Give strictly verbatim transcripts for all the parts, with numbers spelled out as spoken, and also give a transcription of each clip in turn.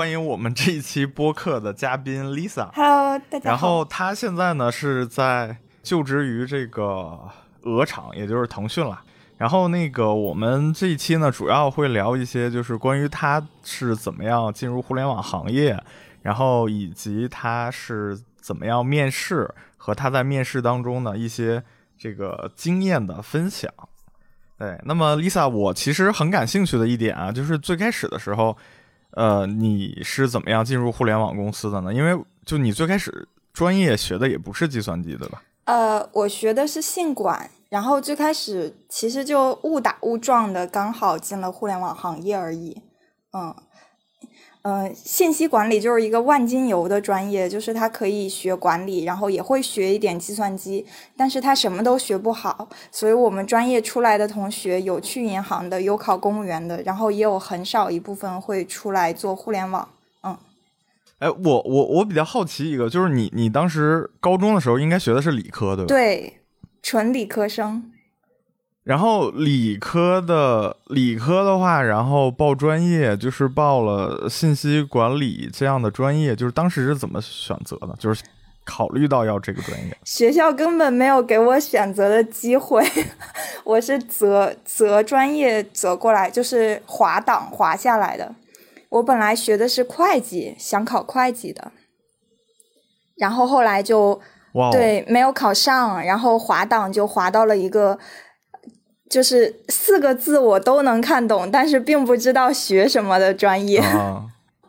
欢迎我们这一期播客的嘉宾 Lisa。Hello， 大家好。 然后她现在呢是在就职于这个鹅厂，也就是腾讯了。然后那个我们这一期呢主要会聊一些就是关于她是怎么样进入互联网行业，然后以及她是怎么样面试和她在面试当中的一些这个经验的分享。对，那么 Lisa， 我其实很感兴趣的一点啊，就是最开始的时候呃，你是怎么样进入互联网公司的呢？因为就你最开始专业学的也不是计算机，对吧？ 呃，我学的是信管，然后最开始其实就误打误撞的刚好进了互联网行业而已。嗯。呃，信息管理就是一个万金油的专业，就是它可以学管理，然后也会学一点计算机，但是它什么都学不好，所以我们专业出来的同学有去银行的，有考公务员的，然后也有很少一部分会出来做互联网。嗯， 哎，我我我比较好奇一个，就是你你当时高中的时候应该学的是理科，对吧？ 对，纯理科生。 然后理科的理科的话，然后报专业就是报了信息管理这样的专业，就是当时是怎么选择的？就是考虑到要这个专业， 学校根本没有给我选择的机会，我是择择专业择过来，就是滑档滑下来的。我本来学的是会计，想考会计的，然后后来就对没有考上，然后滑档就滑到了一个。就是四个字我都能看懂，但是并不知道学什么的专业。 啊、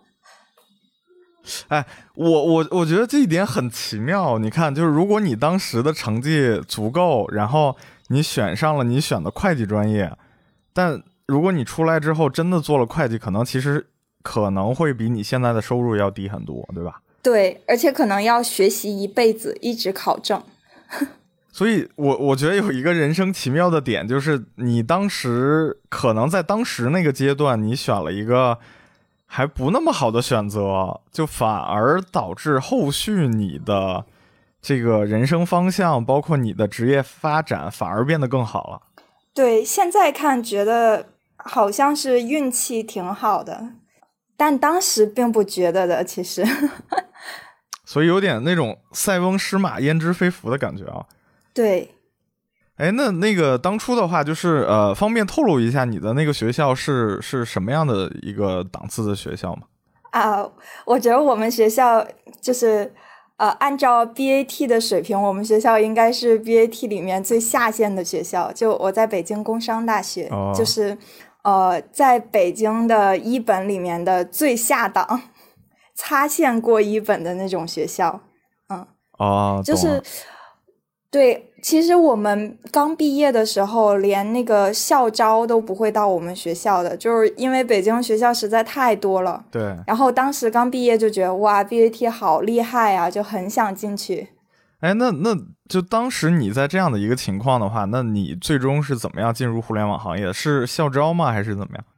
哎，我我我觉得这一点很奇妙。你看，就是如果你当时的成绩足够，然后你选上了你选的会计专业，但如果你出来之后真的做了会计，可能其实可能会比你现在的收入要低很多，对吧？ 对，而且可能要学习一辈子，一直考证。 所以我我觉得有一个人生奇妙的点，就是你当时可能在当时那个阶段你选了一个还不那么好的选择，就反而导致后续你的这个人生方向包括你的职业发展反而变得更好了。 对，现在看觉得好像是运气挺好的，但当时并不觉得的其实。 所以有点那种塞翁失马焉知非福的感觉啊。 对， 哎，那那个当初的话，就是呃，方便透露一下你的那个学校是是什么样的一个档次的学校吗？ 啊，我觉得我们学校就是呃，按照 B A T 的水平，我们学校应该是 B A T 里面最下线的学校。就我在北京工商大学，哦、就是呃，在北京的一本里面的最下档，擦线过一本的那种学校。嗯， 哦， 就是。对，其实我们刚毕业的时候，连那个校招都不会到我们学校的，就是因为北京学校实在太多了。 对。 然后当时刚毕业就觉得哇 ，B A T 好厉害啊，就很想進去。 哎，那那就当时你在这样的一个情况的话，那你最终是怎么样进入互联网行业？是校招吗？还是怎么样？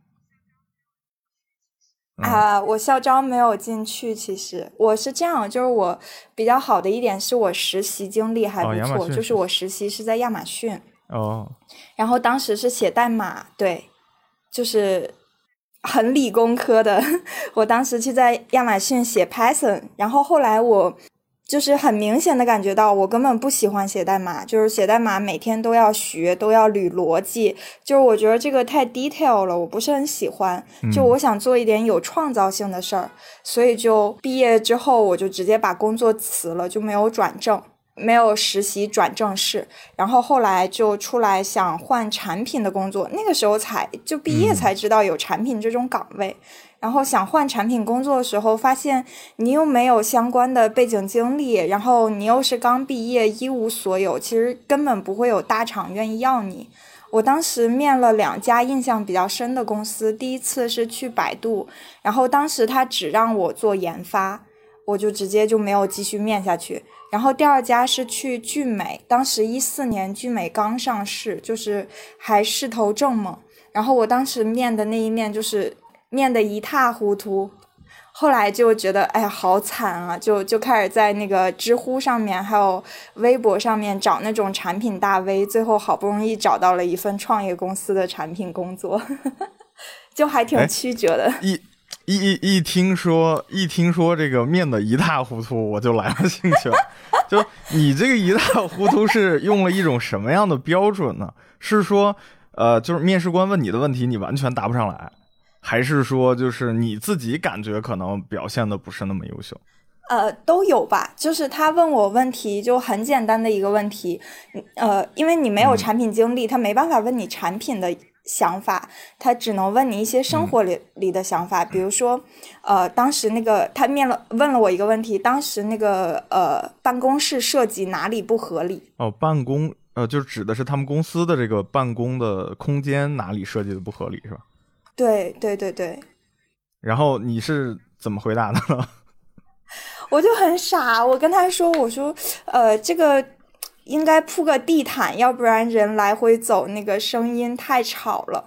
啊、呃，我校招没有进去。其实我是这样，就是我比较好的一点是我实习经历还不错，哦、就是我实习是在亚马逊哦， 然后当时是写代码，对，就是很理工科的。我当时去在亚马逊写 Python， 然后后来我就是很明显的感觉到我根本不喜欢写代码，就是写代码每天都要学，都要捋逻辑，就是我觉得这个太 detail 了，我不是很喜欢，就我想做一点有创造性的事儿、嗯、所以就毕业之后我就直接把工作辞了，就没有转正，没有实习转正式，然后后来就出来想换产品的工作，那个时候才就毕业才知道有产品这种岗位、嗯，然后想换产品工作的时候发现你又没有相关的背景经历，然后你又是刚毕业一无所有，其实根本不会有大厂愿意要你。我当时面了两家印象比较深的公司，第一次是去百度，然后当时他只让我做研发，我就直接就没有继续面下去。然后第二家是去聚美，当时一四年聚美刚上市，就是还势头正猛，然后我当时面的那一面就是面的一塌糊涂，后来就觉得哎呀好惨啊，就就开始在那个知乎上面还有微博上面找那种产品大 V， 最后好不容易找到了一份创业公司的产品工作，就还挺曲折的。 一一一一听说一听说这个面的一塌糊涂，我就来了兴趣了。就你这个一塌糊涂是用了一种什么样的标准呢？是说，呃，就是面试官问你的问题，你完全答不上来，还是说就是你自己感觉可能表现的不是那么优秀？ 呃，都有吧。就是他问我问题，就很简单的一个问题，呃，因为你没有产品经历，嗯、他没办法问你产品的想法，他只能问你一些生活里、嗯、里的想法。比如说，呃，当时那个他面了问了我一个问题，当时那个呃办公室设计哪里不合理？ 哦，办公呃，就指的是他们公司的这个办公的空间哪里设计的不合理，是吧？ 对对对对。 然后你是怎么回答的呢？ 我就很傻，我跟他说，我说，呃，这个应该铺个地毯，要不然人来回走，那个声音太吵了。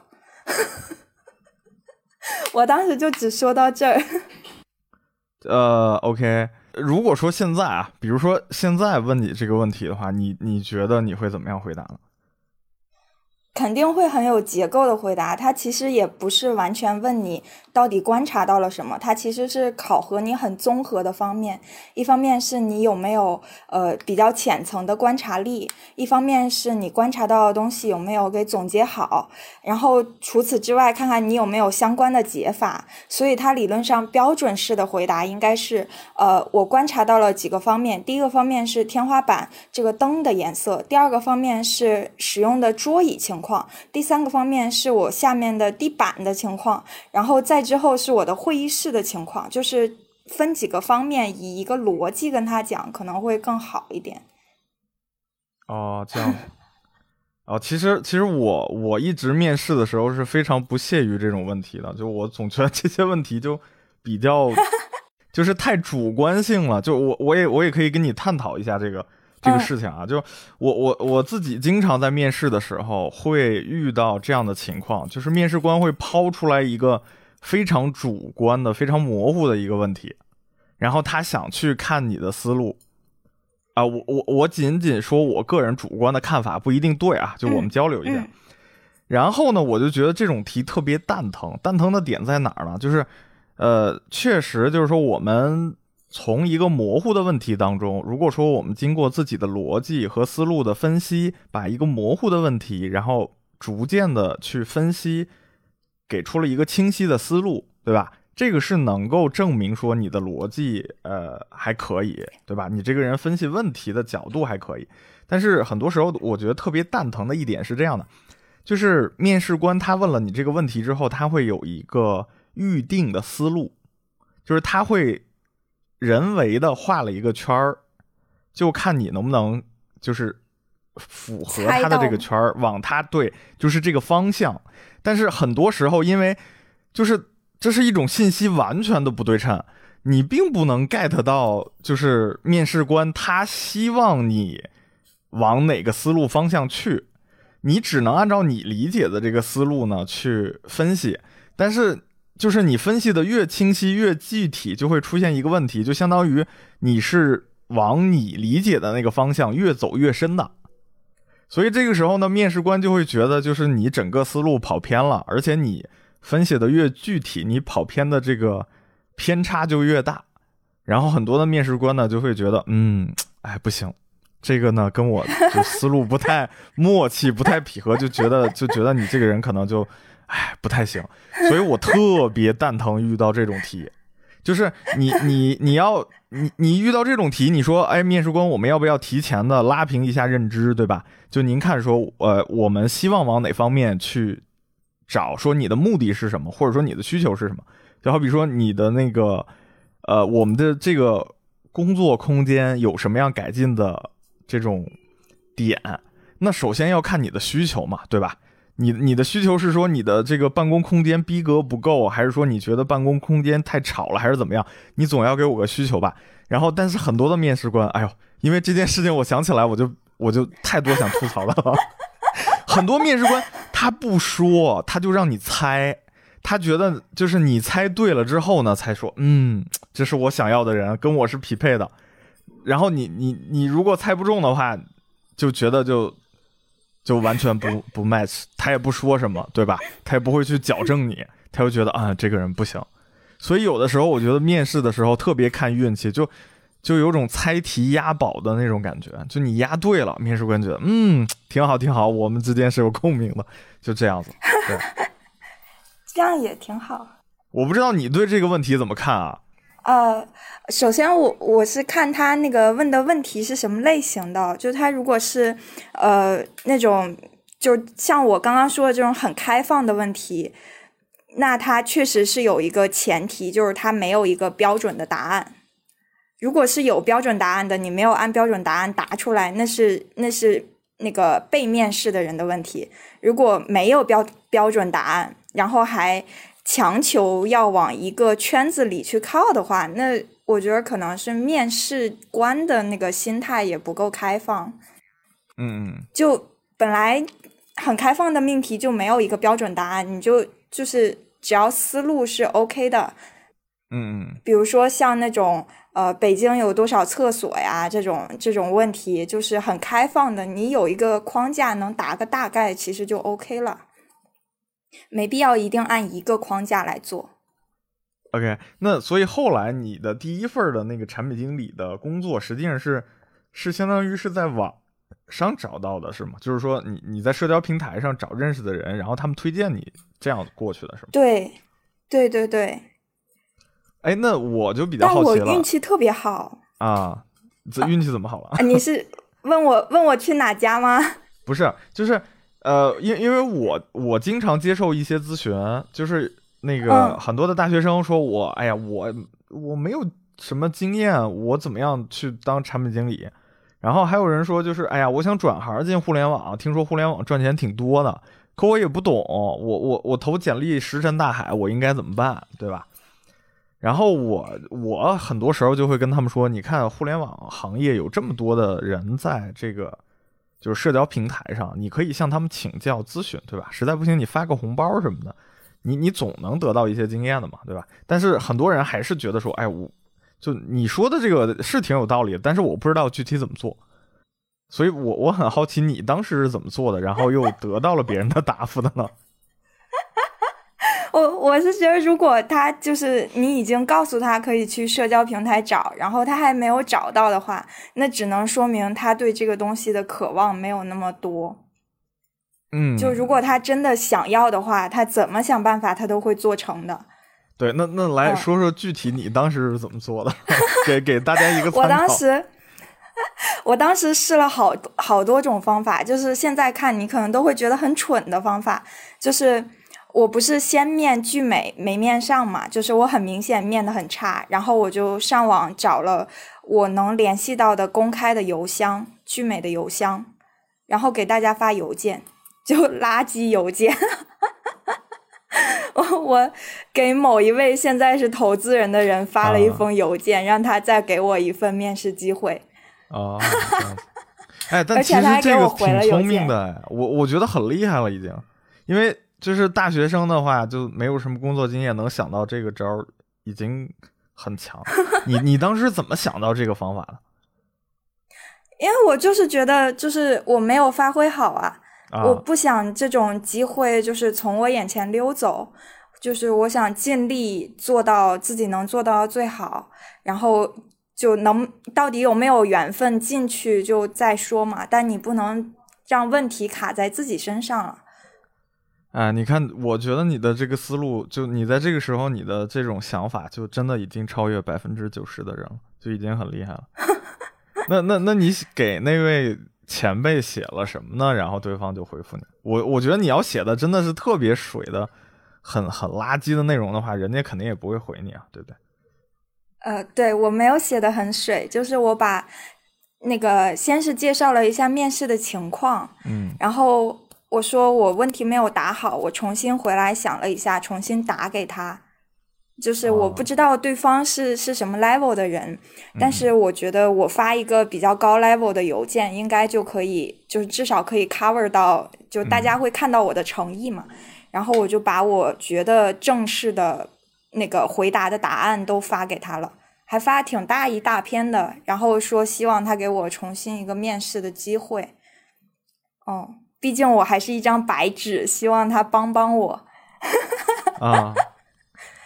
我当时就只说到这儿。 呃 ，OK， 如果说现在啊，比如说现在问你这个问题的话，你你觉得你会怎么样回答呢？ 肯定会很有结构的回答，它其实也不是完全问你到底观察到了什么，它其实是考核你很综合的方面。一方面是你有没有呃比较浅层的观察力，一方面是你观察到的东西有没有给总结好，然后除此之外看看你有没有相关的解法。所以它理论上标准式的回答应该是呃我观察到了几个方面，第一个方面是天花板这个灯的颜色，第二个方面是使用的桌椅情况，第三个方面是我下面的地板的情况，然后再之后是我的会议室的情况，就是分几个方面，以一个逻辑跟他讲可能会更好一点。 哦，这样。哦，其实其实我我一直面试的时候是非常不屑于这种问题的，就我总觉得这些问题就比较就是太主观性了，就我我也我也可以跟你探讨一下这个这个事情啊。就我我我自己经常在面试的时候会遇到这样的情况，就是面试官会抛出来一个非常主观的非常模糊的一个问题，然后他想去看你的思路啊，我我我仅仅说我个人主观的看法，不一定对啊，就我们交流一下。嗯嗯、然后呢，我就觉得这种题特别蛋疼，蛋疼的点在哪儿呢？就是，呃，确实就是说，我们从一个模糊的问题当中，如果说我们经过自己的逻辑和思路的分析，把一个模糊的问题，然后逐渐的去分析，给出了一个清晰的思路，对吧？这个是能够证明说你的逻辑呃还可以，对吧？你这个人分析问题的角度还可以。但是很多时候我觉得特别蛋疼的一点是这样的，就是面试官他问了你这个问题之后，他会有一个预定的思路，就是他会人为的画了一个圈儿，就看你能不能就是符合他的这个圈儿，往他对就是这个方向。但是很多时候因为就是这是一种信息完全的不对称，你并不能 get 到就是面试官他希望你往哪个思路方向去，你只能按照你理解的这个思路呢去分析。但是就是你分析的越清晰越具体，就会出现一个问题，就相当于你是往你理解的那个方向越走越深的。所以这个时候呢，面试官就会觉得就是你整个思路跑偏了，而且你分析的越具体，你跑偏的这个偏差就越大。然后很多的面试官呢就会觉得嗯哎不行，这个呢跟我就思路不太默契不太匹合，就觉得就觉得你这个人可能就哎不太行。所以我特别蛋疼遇到这种题，就是你你你要你你遇到这种题，你说哎面试官我们要不要提前的拉平一下认知，对吧？就您看说呃我们希望往哪方面去找，说你的目的是什么，或者说你的需求是什么。就好比说你的那个呃我们的这个工作空间有什么样改进的这种点，那首先要看你的需求嘛，对吧？你你的需求是说你的这个办公空间逼格不够，还是说你觉得办公空间太吵了，还是怎么样？你总要给我个需求吧。然后但是很多的面试官，哎呦，因为这件事情我想起来我就我就太多想吐槽的了。很多面试官他不说，他就让你猜，他觉得就是你猜对了之后呢才说嗯这是我想要的人，跟我是匹配的。然后你你你如果猜不中的话，就觉得就就完全不不 match， 他也不说什么，对吧？他也不会去矫正你，他就觉得啊这个人不行。 所以有的时候我觉得面试的时候特别看运气，就就有种猜题押宝的那种感觉，就你押对了，面试官觉得嗯挺好挺好，我们之间是有共鸣的，就这样子。对， 这样也挺好。 我不知道你对这个问题怎么看啊？ 呃，首先我我是看他那个问的问题是什么类型的，就他如果是呃那种就像我刚刚说的这种很开放的问题，那他确实是有一个前提，就是他没有一个标准的答案。如果是有标准答案的，你没有按标准答案答出来，那是那是那个被面试的人的问题。如果没有标标准答案，然后还强求要往一个圈子里去靠的话，那我觉得可能是面试官的那个心态也不够开放。 嗯嗯， 就本来很开放的命题就没有一个标准答案，你就就是只要思路是 OK 的。 嗯嗯， 比如说像那种呃北京有多少厕所呀这种这种问题，就是很开放的，你有一个框架能答个大概，其实就 OK 了。没必要一定按一个框架来做。 OK， 那所以后来你的第一份的那个产品经理的工作，实际上是是相当于是在网上找到的，是吗？就是说你你在社交平台上找认识的人，然后他们推荐你这样过去的，是吗？ 对，对对对。 哎，那我就比较好奇了。 但我运气特别好啊，这运气怎么好了？ 啊、你是问我问我去哪家吗？ 不是，就是呃，因因为我我经常接受一些咨询，就是那个、 嗯、 很多的大学生说我，哎呀，我我没有什么经验，我怎么样去当产品经理？然后还有人说，就是哎呀，我想转行进互联网，听说互联网赚钱挺多的，可我也不懂，我我我投简历石沉大海，我应该怎么办，对吧？然后我我很多时候就会跟他们说，你看互联网行业有这么多的人在这个就是社交平台上，你可以向他们请教咨询，对吧？实在不行你发个红包什么的，你你总能得到一些经验的嘛，对吧？但是很多人还是觉得说，哎，我就你说的这个是挺有道理的，但是我不知道具体怎么做，所以我我很好奇你当时是怎么做的，然后又得到了别人的答复的呢？ 我我是觉得，如果他就是你已经告诉他可以去社交平台找，然后他还没有找到的话，那只能说明他对这个东西的渴望没有那么多。 嗯， 就如果他真的想要的话，他怎么想办法他都会做成的。 对，那那来说说具体你当时是怎么做的，嗯、给给大家一个参考。 我当时。我当时试了好好多种方法，就是现在看你可能都会觉得很蠢的方法，就是我不是先面聚美没面上嘛，就是我很明显面得很差，然后我就上网找了我能联系到的公开的邮箱，聚美的邮箱，然后给大家发邮件，就垃圾邮件。我我给某一位现在是投资人的人发了一封邮件，啊、让他再给我一份面试机会。 哦，哎，但其实这个挺聪明的，我我觉得很厉害了已经，因为就是大学生的话就没有什么工作经验，能想到这个招已经很强。你你当时怎么想到这个方法的？ 因为我就是觉得就是我没有发挥好啊，啊我不想这种机会就是从我眼前溜走，就是我想尽力做到自己能做到最好，然后就能到底有没有缘分进去就再说嘛，但你不能让问题卡在自己身上了。 啊，你看，我觉得你的这个思路，就你在这个时候你的这种想法，就真的已经超越百分之九十的人了，就已经很厉害了。那那那你给那位前辈写了什么呢？然后对方就回复你。我我觉得你要写的真的是特别水的、很很垃圾的内容的话，人家肯定也不会回你啊，对不对？ 呃，对，我没有写的很水，就是我把那个先是介绍了一下面试的情况， 嗯， 然后我说我问题没有答好，我重新回来想了一下，重新打给他。就是我不知道对方是、哦、是什么 level 的人，但是我觉得我发一个比较高 level 的邮件，应该就可以，就是至少可以 cover 到，就大家会看到我的诚意嘛。嗯、然后我就把我觉得正式的那个回答的答案都发给他了，还发挺大一大篇的，然后说希望他给我重新一个面试的机会。哦，毕竟我还是一张白纸，希望他帮帮我。 啊。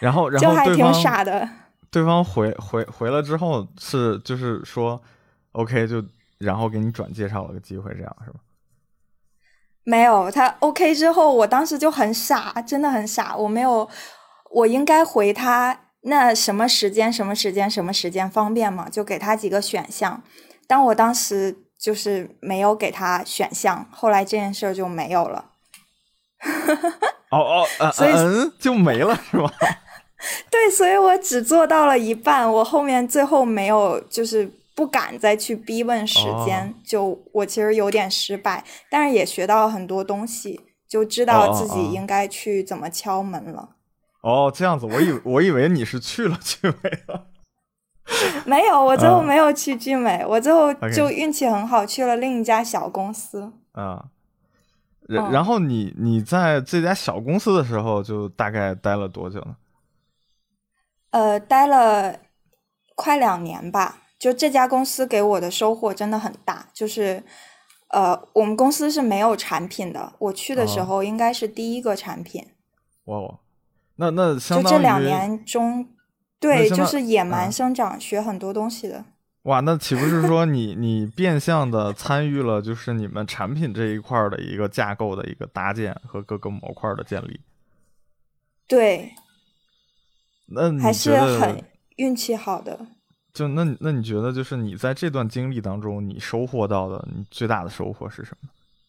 然后然就还挺后对方傻的。 对方回回回了之后是就是说 OK 就然后给你转介绍了个机会，这样是吧？ 没有，他 OK 之后，我当时就很傻，真的很傻，我没有，我应该回他那什么时间什么时间什么时间方便吗？就给他几个选项，但我当时就是没有给他选项，后来这件事就没有了。 哦哦，嗯、 所以嗯就没了是吧？ 对，所以我只做到了一半，我后面最后没有，就是不敢再去逼问时间， 哦、 就我其实有点失败，但是也学到了很多东西，就知哦道自己哦应该去怎么敲门了。 哦，这样子，我以我以为你是去了聚美了。 没有，我最后嗯没有去聚美，我最后 OK 就运气很好，去了另一家小公司。 啊、然嗯然后你你在这家小公司的时候，就大概待了多久呢？ 呃，待了快两年吧。就这家公司给我的收获真的很大，就是呃，我们公司是没有产品的，我去的时哦候应该是第一个产品。 哇哦，那那相就当于这两年中，对， 相当就是野蛮嗯生长，学很多东西的。 哇，那岂不是说你你变相的参与了，就是你们产品这一块儿的一个架构的一个搭建和各个模块的建立？ 对， 那你还是觉得很运气好的。 就那你那你觉得就是你在这段经历当中，你收获到的你最大的收获是什么？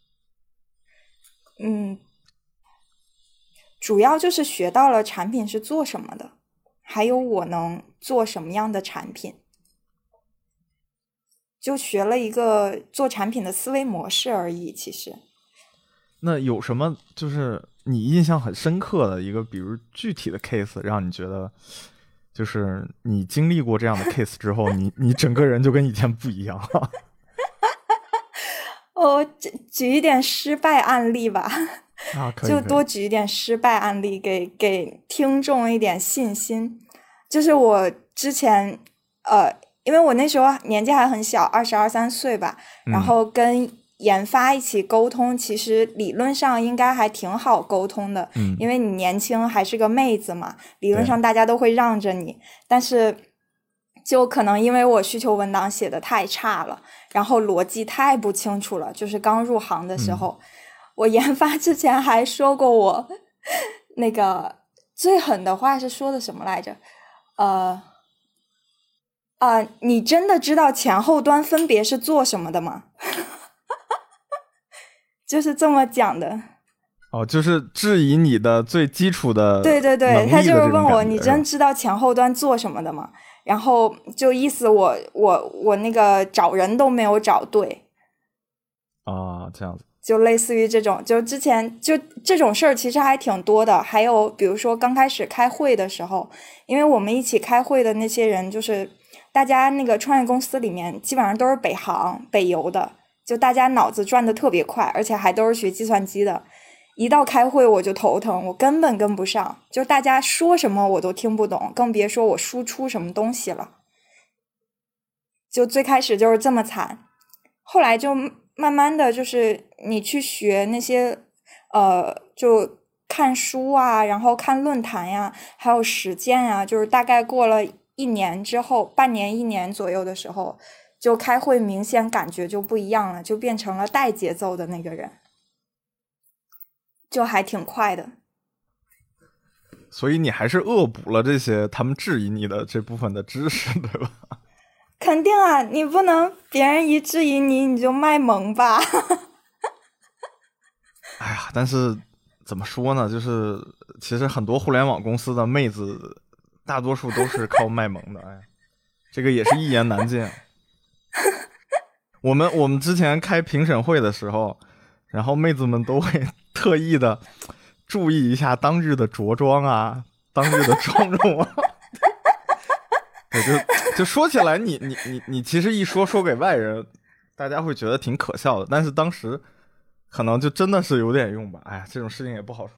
嗯，主要就是学到了产品是做什么的，还有我能做什么样的产品，就学了一个做产品的思维模式而已。其实， 那有什么就是你印象很深刻的一个，比如具体的 case， 让你觉得就是你经历过这样的 case 之后，你你整个人就跟以前不一样了。 哦，举举一点失败案例吧。 啊，可以， 就可以多举一点失败案例给给听众一点信心。就是我之前呃，因为我那时候年纪还很小，二十二三岁吧，然后跟研发一起沟通，其实理论上应该还挺好沟通的， 嗯， 因为你年轻还是个妹子嘛，理论对上大家都会让着你，但是就可能因为我需求文档写的太差了，然后逻辑太不清楚了，就是刚入行的时候。 嗯我研发之前还说过我那个最狠的话是说的什么来着？呃，啊、呃，你真的知道前后端分别是做什么的吗？就是这么讲的。 哦，就是质疑你的最基础的对对对，他就是问我，你真是知道前后端做什么的吗？然后就意思我我我那个找人都没有找对。 啊，这样子。 就类似于这种，就之前就这种事儿其实还挺多的。还有比如说刚开始开会的时候，因为我们一起开会的那些人，就是大家那个创业公司里面基本上都是北航北邮的，就大家脑子转得特别快，而且还都是学计算机的。一到开会我就头疼，我根本跟不上，就大家说什么我都听不懂，更别说我输出什么东西了。就最开始就是这么惨，后来就慢慢的就是你去学那些呃，就看书啊，然后看论坛呀，还有实践呀，就是大概过了一年之后，半年一年左右的时候，就开会明显感觉就不一样了，就变成了带节奏的那个人，就还挺快的。 所以你还是恶补了这些他们质疑你的这部分的知识，对吧？ 肯定啊，你不能别人一质疑你你就卖萌吧。 哎呀，但是怎么说呢，就是其实很多互联网公司的妹子大多数都是靠卖萌的，哎，这个也是一言难尽。我们我们之前开评审会的时候，然后妹子们都会特意的注意一下当日的着装啊，当日的妆容啊。对，就就说起来你，你你你你其实一说说给外人，大家会觉得挺可笑的，但是当时可能就真的是有点用吧。哎呀，这种事情也不好说。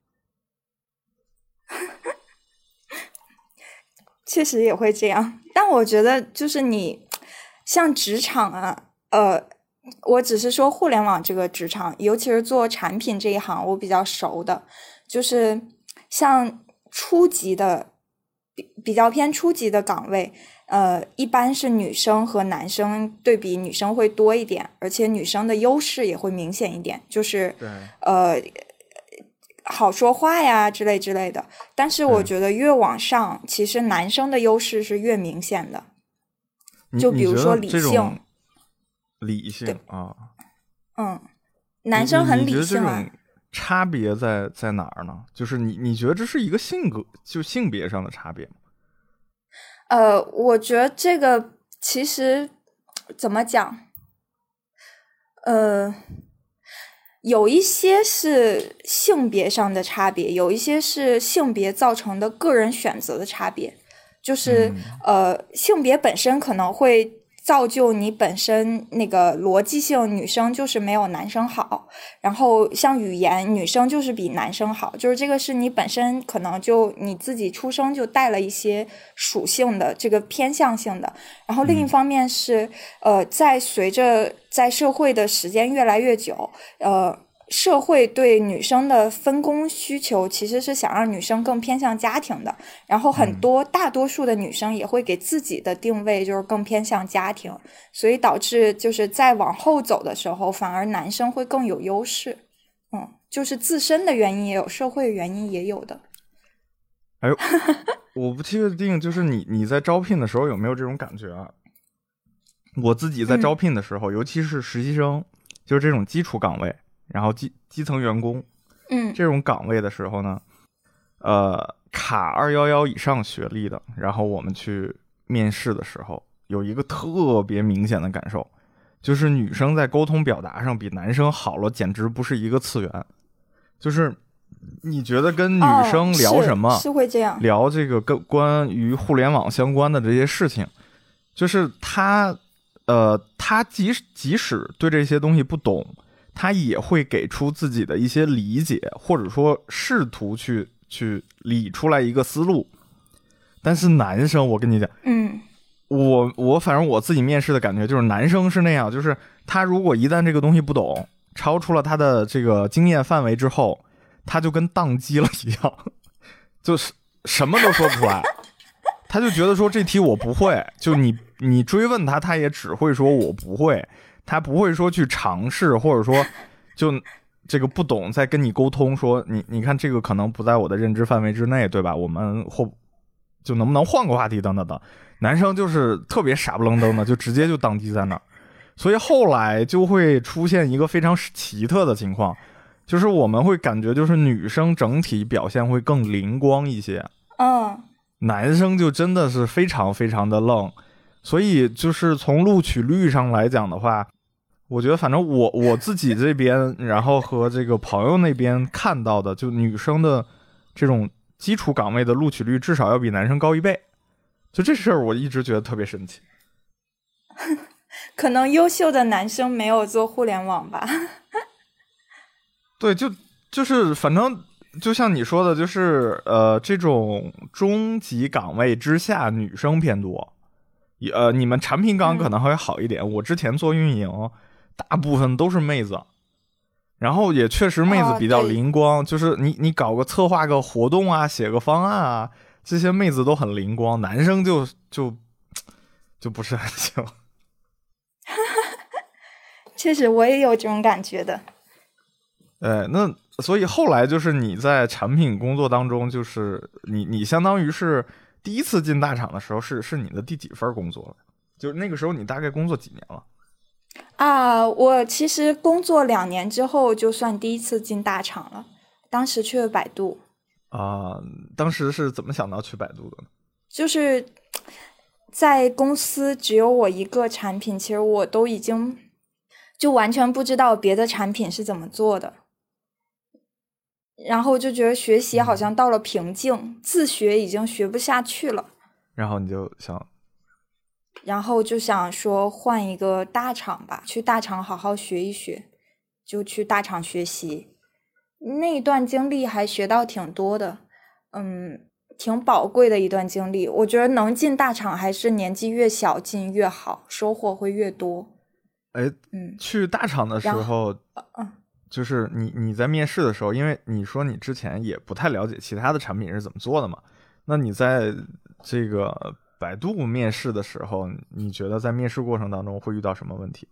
确实也会这样，但我觉得就是你像职场啊，呃，我只是说互联网这个职场，尤其是做产品这一行，我比较熟的，就是像初级的比比较偏初级的岗位，呃，一般是女生和男生对比，女生会多一点，而且女生的优势也会明显一点，就是呃好说话呀之类之类的。但是我觉得越往上，嗯、其实男生的优势是越明显的。就比如说理性， 理性啊， 嗯，男生很理性啊。 差别在在哪儿呢？就是你你觉得这是一个性格就性别上的差别吗？ 呃，我觉得这个其实怎么讲，呃，有一些是性别上的差别，有一些是性别造成的个人选择的差别。就是、嗯、呃，性别本身可能会造就你本身那个逻辑性，女生就是没有男生好，然后像语言，女生就是比男生好，就是这个是你本身可能就你自己出生就带了一些属性的这个偏向性的。然后另一方面是、嗯、呃，在随着在社会的时间越来越久，呃。社会对女生的分工需求其实是想让女生更偏向家庭的，然后很多大多数的女生也会给自己的定位就是更偏向家庭，所以导致就是在往后走的时候反而男生会更有优势。嗯，就是自身的原因也有，社会原因也有的。 哎呦，我不确定就是你你在招聘的时候有没有这种感觉啊？我自己在招聘的时候、嗯、尤其是实习生，就是这种基础岗位，然后基基层员工， 嗯， 这种岗位的时候呢，呃，卡二幺幺以上学历的，然后我们去面试的时候，有一个特别明显的感受，就是女生在沟通表达上比男生好了，简直不是一个次元。就是你觉得跟女生聊什么， 哦、是, 是会这样聊这个跟关于互联网相关的这些事情，就是他，呃，他即使即使对这些东西不懂。他也会给出自己的一些理解，或者说试图去去理出来一个思路。但是男生，我跟你讲， 嗯， 我我反正我自己面试的感觉就是男生是那样，就是他如果一旦这个东西不懂，超出了他的这个经验范围之后，他就跟宕机了一样，就是什么都说不出来。他就觉得说这题我不会，就你你追问他，他也只会说我不会。他不会说去尝试，或者说就这个不懂再跟你沟通说你你看这个可能不在我的认知范围之内，对吧？我们或就能不能换个话题等等等。男生就是特别傻不愣登的，就直接就当机在那儿。所以后来就会出现一个非常奇特的情况，就是我们会感觉就是女生整体表现会更灵光一些， 嗯， 男生就真的是非常非常的愣。所以就是从录取率上来讲的话，我觉得反正我我自己这边，然后和这个朋友那边看到的，就女生的这种基础岗位的录取率至少要比男生高一倍。就这事儿我一直觉得特别神奇。 可能优秀的男生没有做互联网吧。 对，就就是反正就像你说的，就是呃这种中级岗位之下女生偏多。呃，你们产品岗可能会好一点、嗯、我之前做运营大部分都是妹子，然后也确实妹子比较灵光、哦、就是你你搞个策划个活动啊，写个方案啊，这些妹子都很灵光，男生就就就不是很行。 确实我也有这种感觉的。 呃，那所以后来就是你在产品工作当中，就是你你相当于是第一次进大厂的时候是是你的第几份工作了？就是那个时候你大概工作几年了？ 啊，我其实工作两年之后就算第一次进大厂了，当时去了百度。 啊，当时是怎么想到去百度的呢？ 就是在公司只有我一个产品，其实我都已经就完全不知道别的产品是怎么做的。然后就觉得学习好像到了瓶颈、嗯、自学已经学不下去了， 然后你就想然后就想说换一个大厂吧，去大厂好好学一学，就去大厂学习。那一段经历还学到挺多的，嗯，挺宝贵的一段经历。我觉得能进大厂还是年纪越小进越好，收获会越多。 哎，嗯，去大厂的时候， 嗯。 就是你你在面试的时候，因为你说你之前也不太了解其他的产品是怎么做的嘛，那你在这个百度面试的时候，你觉得在面试过程当中会遇到什么问题？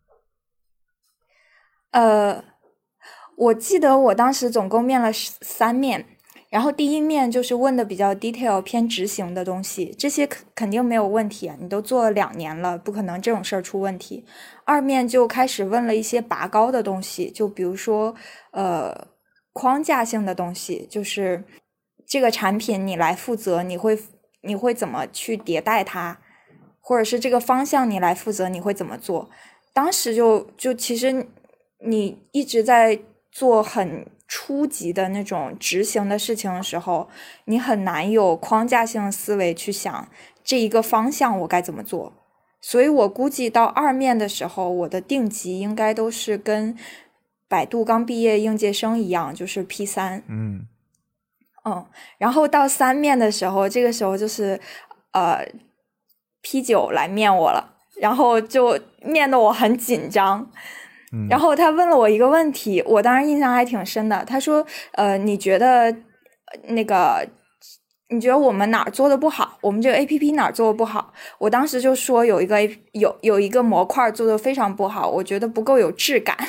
呃，我记得我当时总共面了三面，然后第一面就是问的比较 detail 偏执行的东西，这些肯定没有问题啊，你都做了两年了，不可能这种事儿出问题。二面就开始问了一些拔高的东西，就比如说呃框架性的东西，就是这个产品你来负责，你会你会怎么去迭代它，或者是这个方向你来负责，你会怎么做？当时就就其实你一直在做很初级的那种执行的事情的时候，你很难有框架性思维去想这一个方向我该怎么做。所以我估计到二面的时候，我的定级应该都是跟百度刚毕业应届生一样，就是 P 三。 嗯嗯，然后到三面的时候，这个时候就是呃 P 九来面我了，然后就面得我很紧张。然后他问了我一个问题，我当时印象还挺深的。他说：“呃，你觉得那个，你觉得我们哪儿做的不好？我们这个 A P P 哪儿做的不好？”我当时就说有一个有有一个模块做的非常不好，我觉得不够有质感，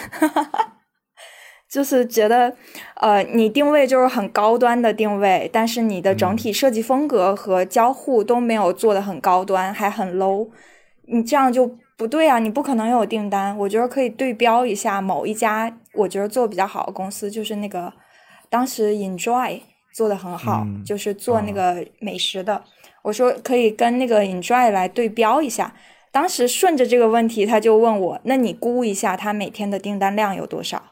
就是觉得呃，你定位就是很高端的定位，但是你的整体设计风格和交互都没有做的很高端，还很 low， 你这样就不对啊，你不可能有订单。我觉得可以对标一下某一家我觉得做比较好的公司，就是那个当时 Enjoy 做的很好、嗯、就是做那个美食的、哦、我说可以跟那个 Enjoy 来对标一下。当时顺着这个问题他就问我，那你估一下他每天的订单量有多少？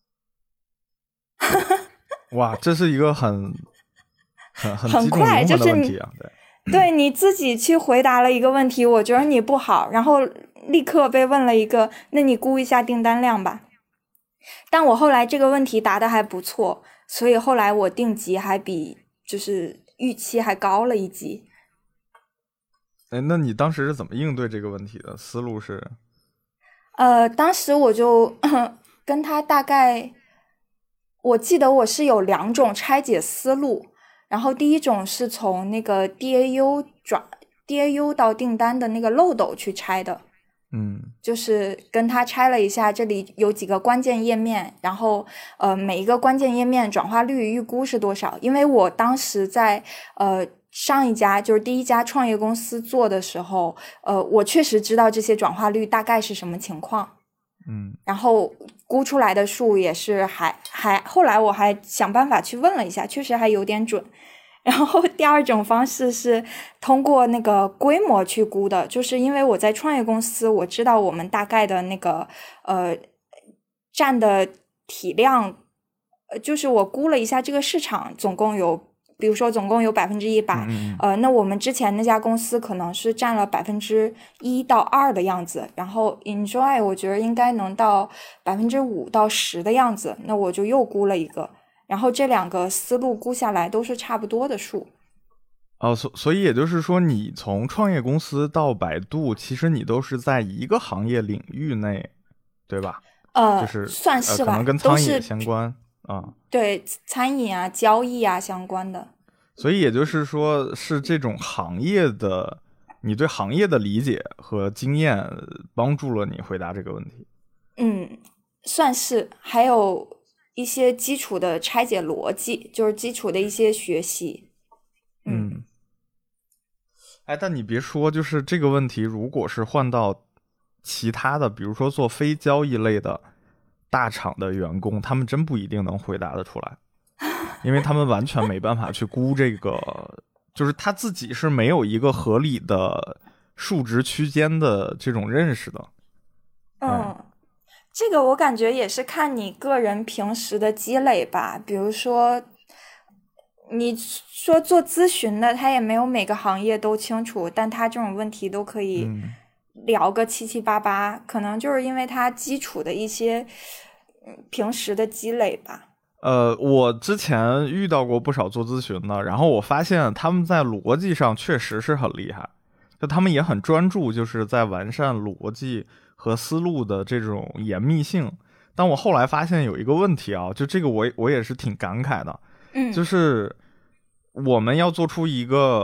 哇，这是一个很很很快就是问题啊， 对对，你自己去回答了一个问题，我觉得你不好，然后立刻被问了一个，那你估一下订单量吧。但我后来这个问题答得还不错，所以后来我定级还比就是预期还高了一级。 哎，那你当时是怎么应对这个问题的？思路是？ 呃，当时我就跟他大概，我记得我是有两种拆解思路。然后第一种是从那个 D A U 转 D A U 到订单的那个漏斗去拆的， 嗯， 就是跟他拆了一下，这里有几个关键页面，然后呃每一个关键页面转化率预估是多少？因为我当时在呃上一家就是第一家创业公司做的时候，呃我确实知道这些转化率大概是什么情况。 嗯， 然后估出来的数也是还还后来我还想办法去问了一下，确实还有点准。然后第二种方式是通过那个规模去估的，就是因为我在创业公司，我知道我们大概的那个呃占的体量，呃就是我估了一下这个市场总共有。比如说总共有百分之一百，呃，那我们之前那家公司可能是占了百分之一到二的样子，然后 Enjoy 我觉得应该能到百分之五到十的样子，那我就又估了一个，然后这两个思路估下来都是差不多的数。 哦，所所以也就是说，你从创业公司到百度，其实你都是在一个行业领域内，对吧？ 呃， 就是算是吧， 呃、可能跟餐饮相关啊。 对，餐饮啊、交易啊相关的。 所以也就是说，是这种行业的，你对行业的理解和经验帮助了你回答这个问题。 嗯，算是，还有一些基础的拆解逻辑，就是基础的一些学习。 嗯，嗯哎，但你别说，就是这个问题，如果是换到其他的，比如说做非交易类的大厂的员工，他们真不一定能回答得出来。因为他们完全没办法去估这个，就是他自己是没有一个合理的数值区间的这种认识的。 嗯，嗯这个我感觉也是看你个人平时的积累吧。比如说，你说做咨询的，他也没有每个行业都清楚，但他这种问题都可以聊个七七八八，嗯、可能就是因为他基础的一些平时的积累吧。 呃，我之前遇到过不少做咨询的，然后我发现他们在逻辑上确实是很厉害，就他们也很专注，就是在完善逻辑和思路的这种严密性。但我后来发现有一个问题啊，就这个我我也是挺感慨的， 嗯， 就是我们要做出一个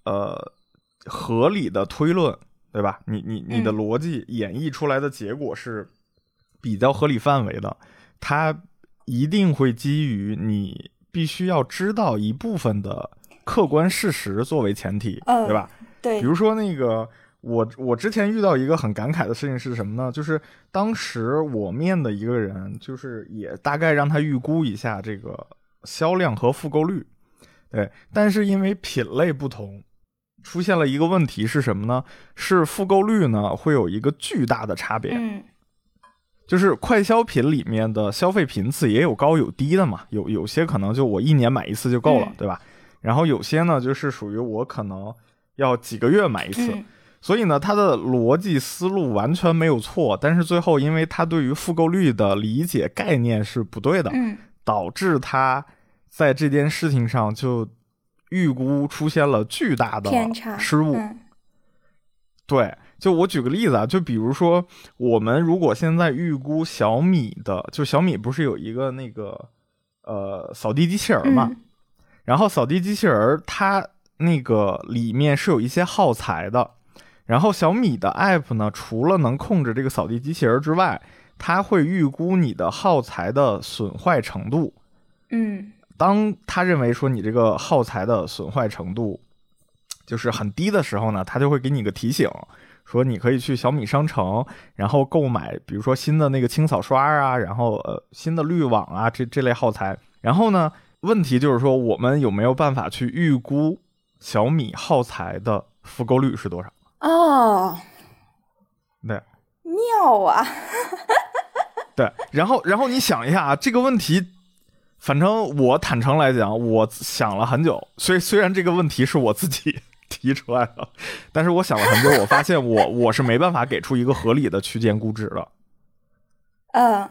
呃合理的推论，对吧？你你你的逻辑演绎出来的结果是比较合理范围的，它一定会基于你必须要知道一部分的客观事实作为前提， 呃、 对吧？ 对， 比如说那个我我之前遇到一个很感慨的事情是什么呢？就是当时我面的一个人，就是也大概让他预估一下这个销量和复购率，对，但是因为品类不同，出现了一个问题是什么呢？是复购率呢会有一个巨大的差别。 嗯， 就是快消品里面的消费频次也有高有低的嘛，有有些可能就我一年买一次就够了， 嗯、 对吧？然后有些呢就是属于我可能要几个月买一次。 嗯， 所以呢，他的逻辑思路完全没有错，但是最后因为他对于复购率的理解概念是不对的， 嗯， 导致他在这件事情上就预估出现了巨大的失误。 嗯、 对，就我举个例子啊，就比如说我们如果现在预估小米的，就小米不是有一个那个呃扫地机器人嘛、 嗯， 然后扫地机器人它那个里面是有一些耗材的。然后小米的 app 呢，除了能控制这个扫地机器人之外，它会预估你的耗材的损坏程度。 嗯， 当他认为说你这个耗材的损坏程度就是很低的时候呢，他就会给你个提醒，说你可以去小米商城，然后购买比如说新的那个清扫刷啊，然后呃新的滤网啊，这这类耗材。然后呢，问题就是说我们有没有办法去预估小米耗材的复购率是多少？ 哦， 对， 妙啊！ 对，然后然后你想一下啊，这个问题，反正我坦诚来讲，我想了很久。虽虽然这个问题是我自己提出来的，但是我想了很久，我发现我我是没办法给出一个合理的区间估值的。 呃，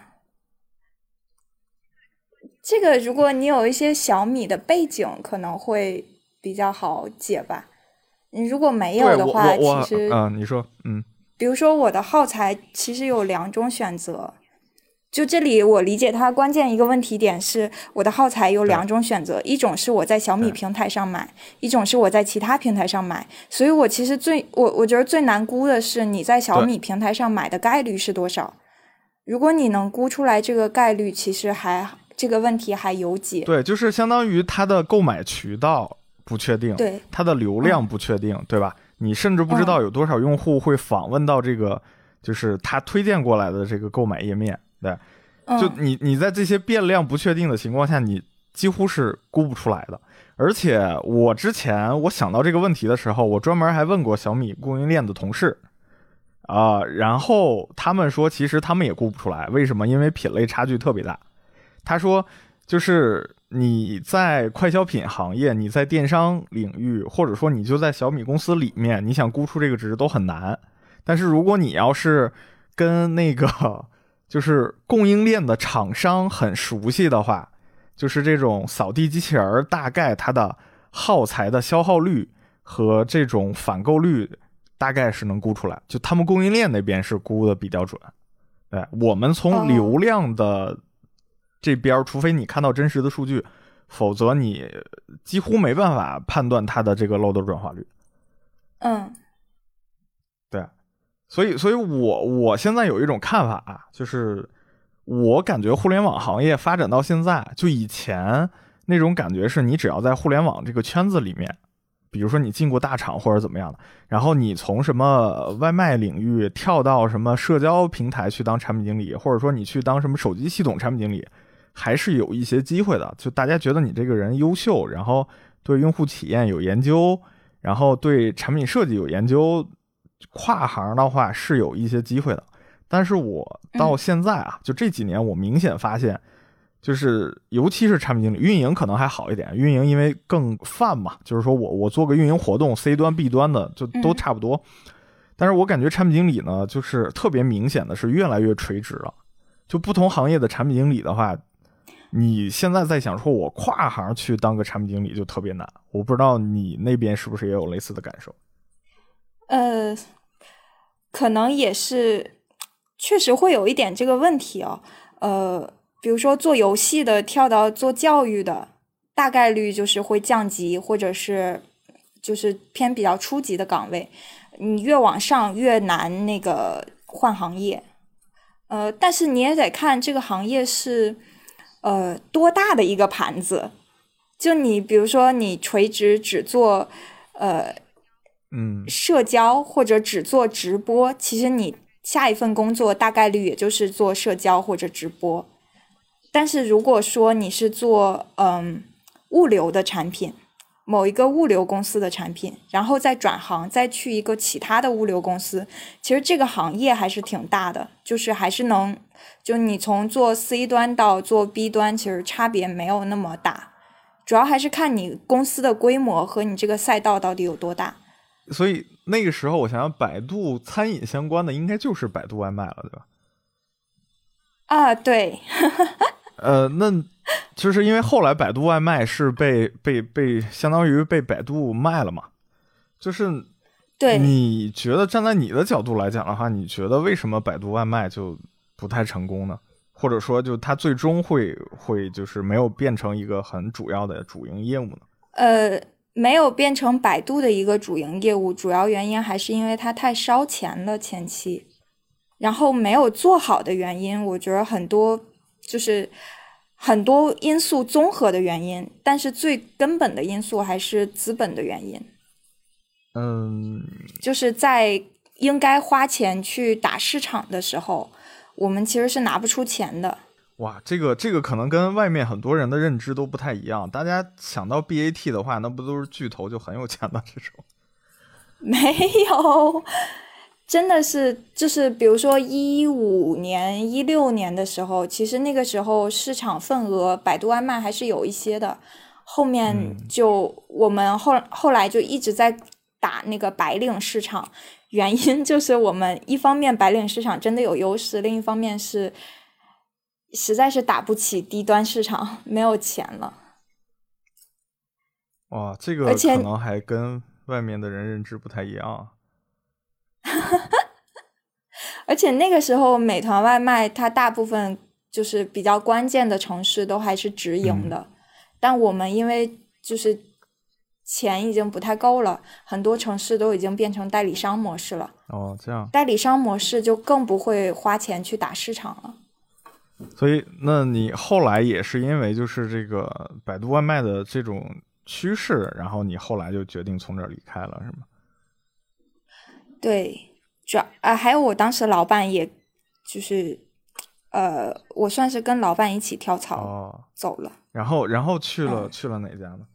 这个如果你有一些小米的背景，可能会比较好解吧。你如果没有的话，其实， 嗯、呃，你说，嗯， 比如说我的耗材其实有两种选择，就这里我理解它关键一个问题点是，我的耗材有两种选择，一种是我在小米平台上买，一种是我在其他平台上买，所以我其实最我我觉得最难估的是你在小米平台上买的概率是多少。如果你能估出来这个概率，其实还这个问题还有解。 对，就是相当于它的购买渠道不确定， 对， 它的流量不确定，嗯、对吧？你甚至不知道有多少用户会访问到这个，嗯、就是他推荐过来的这个购买页面，对， 嗯、 就你你在这些变量不确定的情况下，你几乎是估不出来的。而且我之前我想到这个问题的时候，我专门还问过小米供应链的同事啊、呃，然后他们说其实他们也估不出来，为什么？因为品类差距特别大。他说就是你在快消品行业，你在电商领域，或者说你就在小米公司里面，你想估出这个值都很难。但是如果你要是跟那个就是供应链的厂商很熟悉的话，就是这种扫地机器人大概它的耗材的消耗率和这种返购率大概是能估出来，就他们供应链那边是估的比较准。对，我们从流量的这边、哦、除非你看到真实的数据，否则你几乎没办法判断它的这个漏斗转化率。 嗯， 对，所以所以我我现在有一种看法啊，就是我感觉互联网行业发展到现在，就以前那种感觉是你只要在互联网这个圈子里面，比如说你进过大厂或者怎么样的，然后你从什么外卖领域跳到什么社交平台去当产品经理，或者说你去当什么手机系统产品经理，还是有一些机会的。就大家觉得你这个人优秀，然后对用户体验有研究，然后对产品设计有研究，跨行的话是有一些机会的。但是我到现在啊，就这几年我明显发现，就是尤其是产品经理，运营可能还好一点，运营因为更泛嘛，就是说我我做个运营活动 C 端 B 端的就都差不多。但是我感觉产品经理呢，就是特别明显的是越来越垂直了。就不同行业的产品经理的话，你现在在想说我跨行去当个产品经理就特别难，我不知道你那边是不是也有类似的感受？ 呃，可能也是，确实会有一点这个问题哦。呃，比如说做游戏的跳到做教育的，大概率就是会降级，或者是就是偏比较初级的岗位，你越往上越难那个换行业。呃，但是你也得看这个行业是呃多大的一个盘子。就你比如说你垂直只做呃嗯社交或者只做直播，其实你下一份工作大概率也就是做社交或者直播。但是如果说你是做嗯物流的产品，某一个物流公司的产品，然后再转行再去一个其他的物流公司，其实这个行业还是挺大的，就是还是能就你从做 C 端到做 B 端其实差别没有那么大，主要还是看你公司的规模和你这个赛道到底有多大。 所以那个时候我想想，百度餐饮相关的应该就是百度外卖了，对吧？ 啊，对。 呃，那就是因为后来百度外卖是被被被相当于被百度卖了嘛，就是对， 你觉得站在你的角度来讲的话，你觉得为什么百度外卖就不太成功呢？或者说就它最终会会就是没有变成一个很主要的主营业务呢？ 呃，没有变成百度的一个主营业务，主要原因还是因为它太烧钱了前期，然后没有做好的原因，我觉得很多就是很多因素综合的原因，但是最根本的因素还是资本的原因。 嗯， 就是在应该花钱去打市场的时候，我们其实是拿不出钱的。 哇，这个这个可能跟外面很多人的认知都不太一样。大家想到 B A T 的话，那不都是巨头就很有钱的这种？ 没有，真的是就是比如说一五年、一六年的时候，其实那个时候市场份额百度外卖还是有一些的。后面就、嗯、我们后后来就一直在打那个白领市场，原因就是我们一方面白领市场真的有优势，另一方面是实在是打不起低端市场，没有钱了。 哇，这个可能还跟外面的人认知不太一样。 而且那个时候美团外卖它大部分就是比较关键的城市都还是直营的、嗯、但我们因为就是钱已经不太够了，很多城市都已经变成代理商模式了。 哦，这样。 代理商模式就更不会花钱去打市场了。 所以那你后来也是因为就是这个百度外卖的这种趋势，然后你后来就决定从这儿离开了，是吗？ 对，主要呃还有我当时老板也就是呃我算是跟老板一起跳槽走了。哦、 然后然后去了、嗯、去了哪家呢？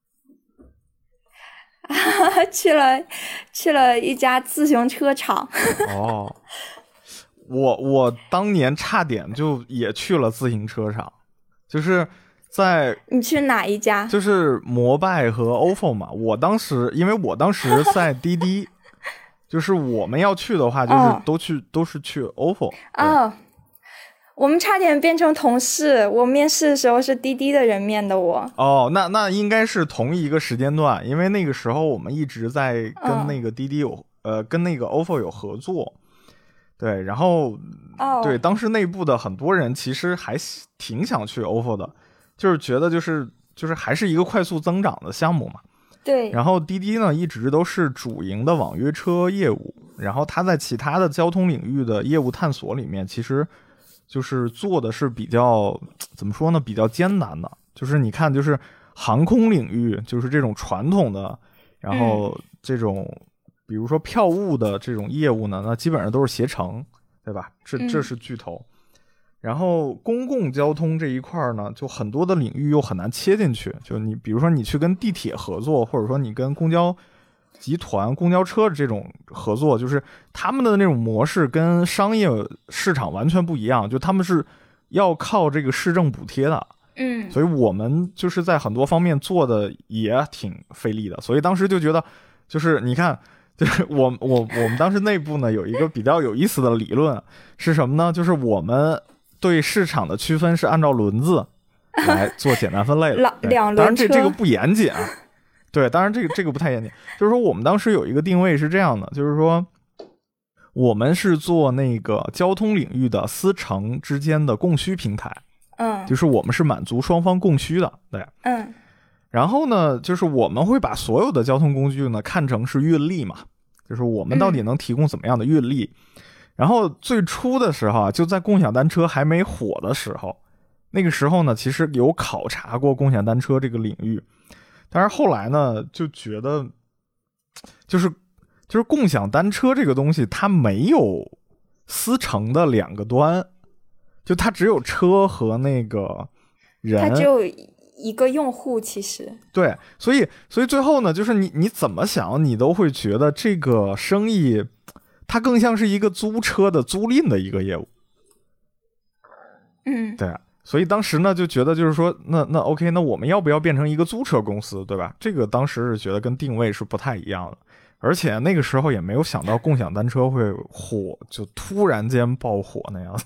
去了去了一家自行车厂。 哦，我我当年差点就也去了自行车厂，就是在你去哪一家？ 就是摩拜和 O F O 嘛。我当时因为我当时在滴滴，就是我们要去的话，就是都去、哦、都是去 O F O。 哦，我们差点变成同事。我面试的时候是滴滴的人面的我。 哦，那那应该是同一个时间段，因为那个时候我们一直在跟那个滴滴有、嗯、呃跟那个 O F O 有合作。对，然后、oh. 对当时内部的很多人其实还挺想去 O F O 的，就是觉得就是就是还是一个快速增长的项目嘛。 对。 然后滴滴呢一直都是主营的网约车业务，然后它在其他的交通领域的业务探索里面，其实就是做的是比较怎么说呢，比较艰难的。就是你看，就是航空领域，就是这种传统的，然后这种。嗯比如说票务的这种业务呢，那基本上都是携程，对吧？这这是巨头、嗯。然后公共交通这一块呢，就很多的领域又很难切进去。就你比如说你去跟地铁合作，或者说你跟公交集团、公交车这种合作，就是他们的那种模式跟商业市场完全不一样，就他们是要靠这个市政补贴的。 嗯， 所以我们就是在很多方面做的也挺费力的。所以当时就觉得，就是你看。就是我我我们当时内部呢有一个比较有意思的理论是什么呢？就是我们对市场的区分是按照轮子来做简单分类的。 两轮车， 当然这这个不严谨啊。对，当然这个这个不太严谨。就是说我们当时有一个定位是这样的，就是说我们是做那个交通领域的私城之间的供需平台。 嗯， 就是我们是满足双方供需的。对， 嗯。 然后呢，就是我们会把所有的交通工具呢看成是运力嘛，就是我们到底能提供怎么样的运力。嗯、然后最初的时候啊，就在共享单车还没火的时候，那个时候呢，其实有考察过共享单车这个领域，但是后来呢，就觉得就是就是共享单车这个东西，它没有私城的两个端，就它只有车和那个人， 它只有一个用户，其实对，所以所以最后呢，就是你你怎么想，你都会觉得这个生意它更像是一个租车的租赁的一个业务。 嗯， 对，所以当时呢就觉得就是说，那那 OK， 那我们要不要变成一个租车公司，对吧？这个当时是觉得跟定位是不太一样的，而且那个时候也没有想到共享单车会火，就突然间爆火那样子。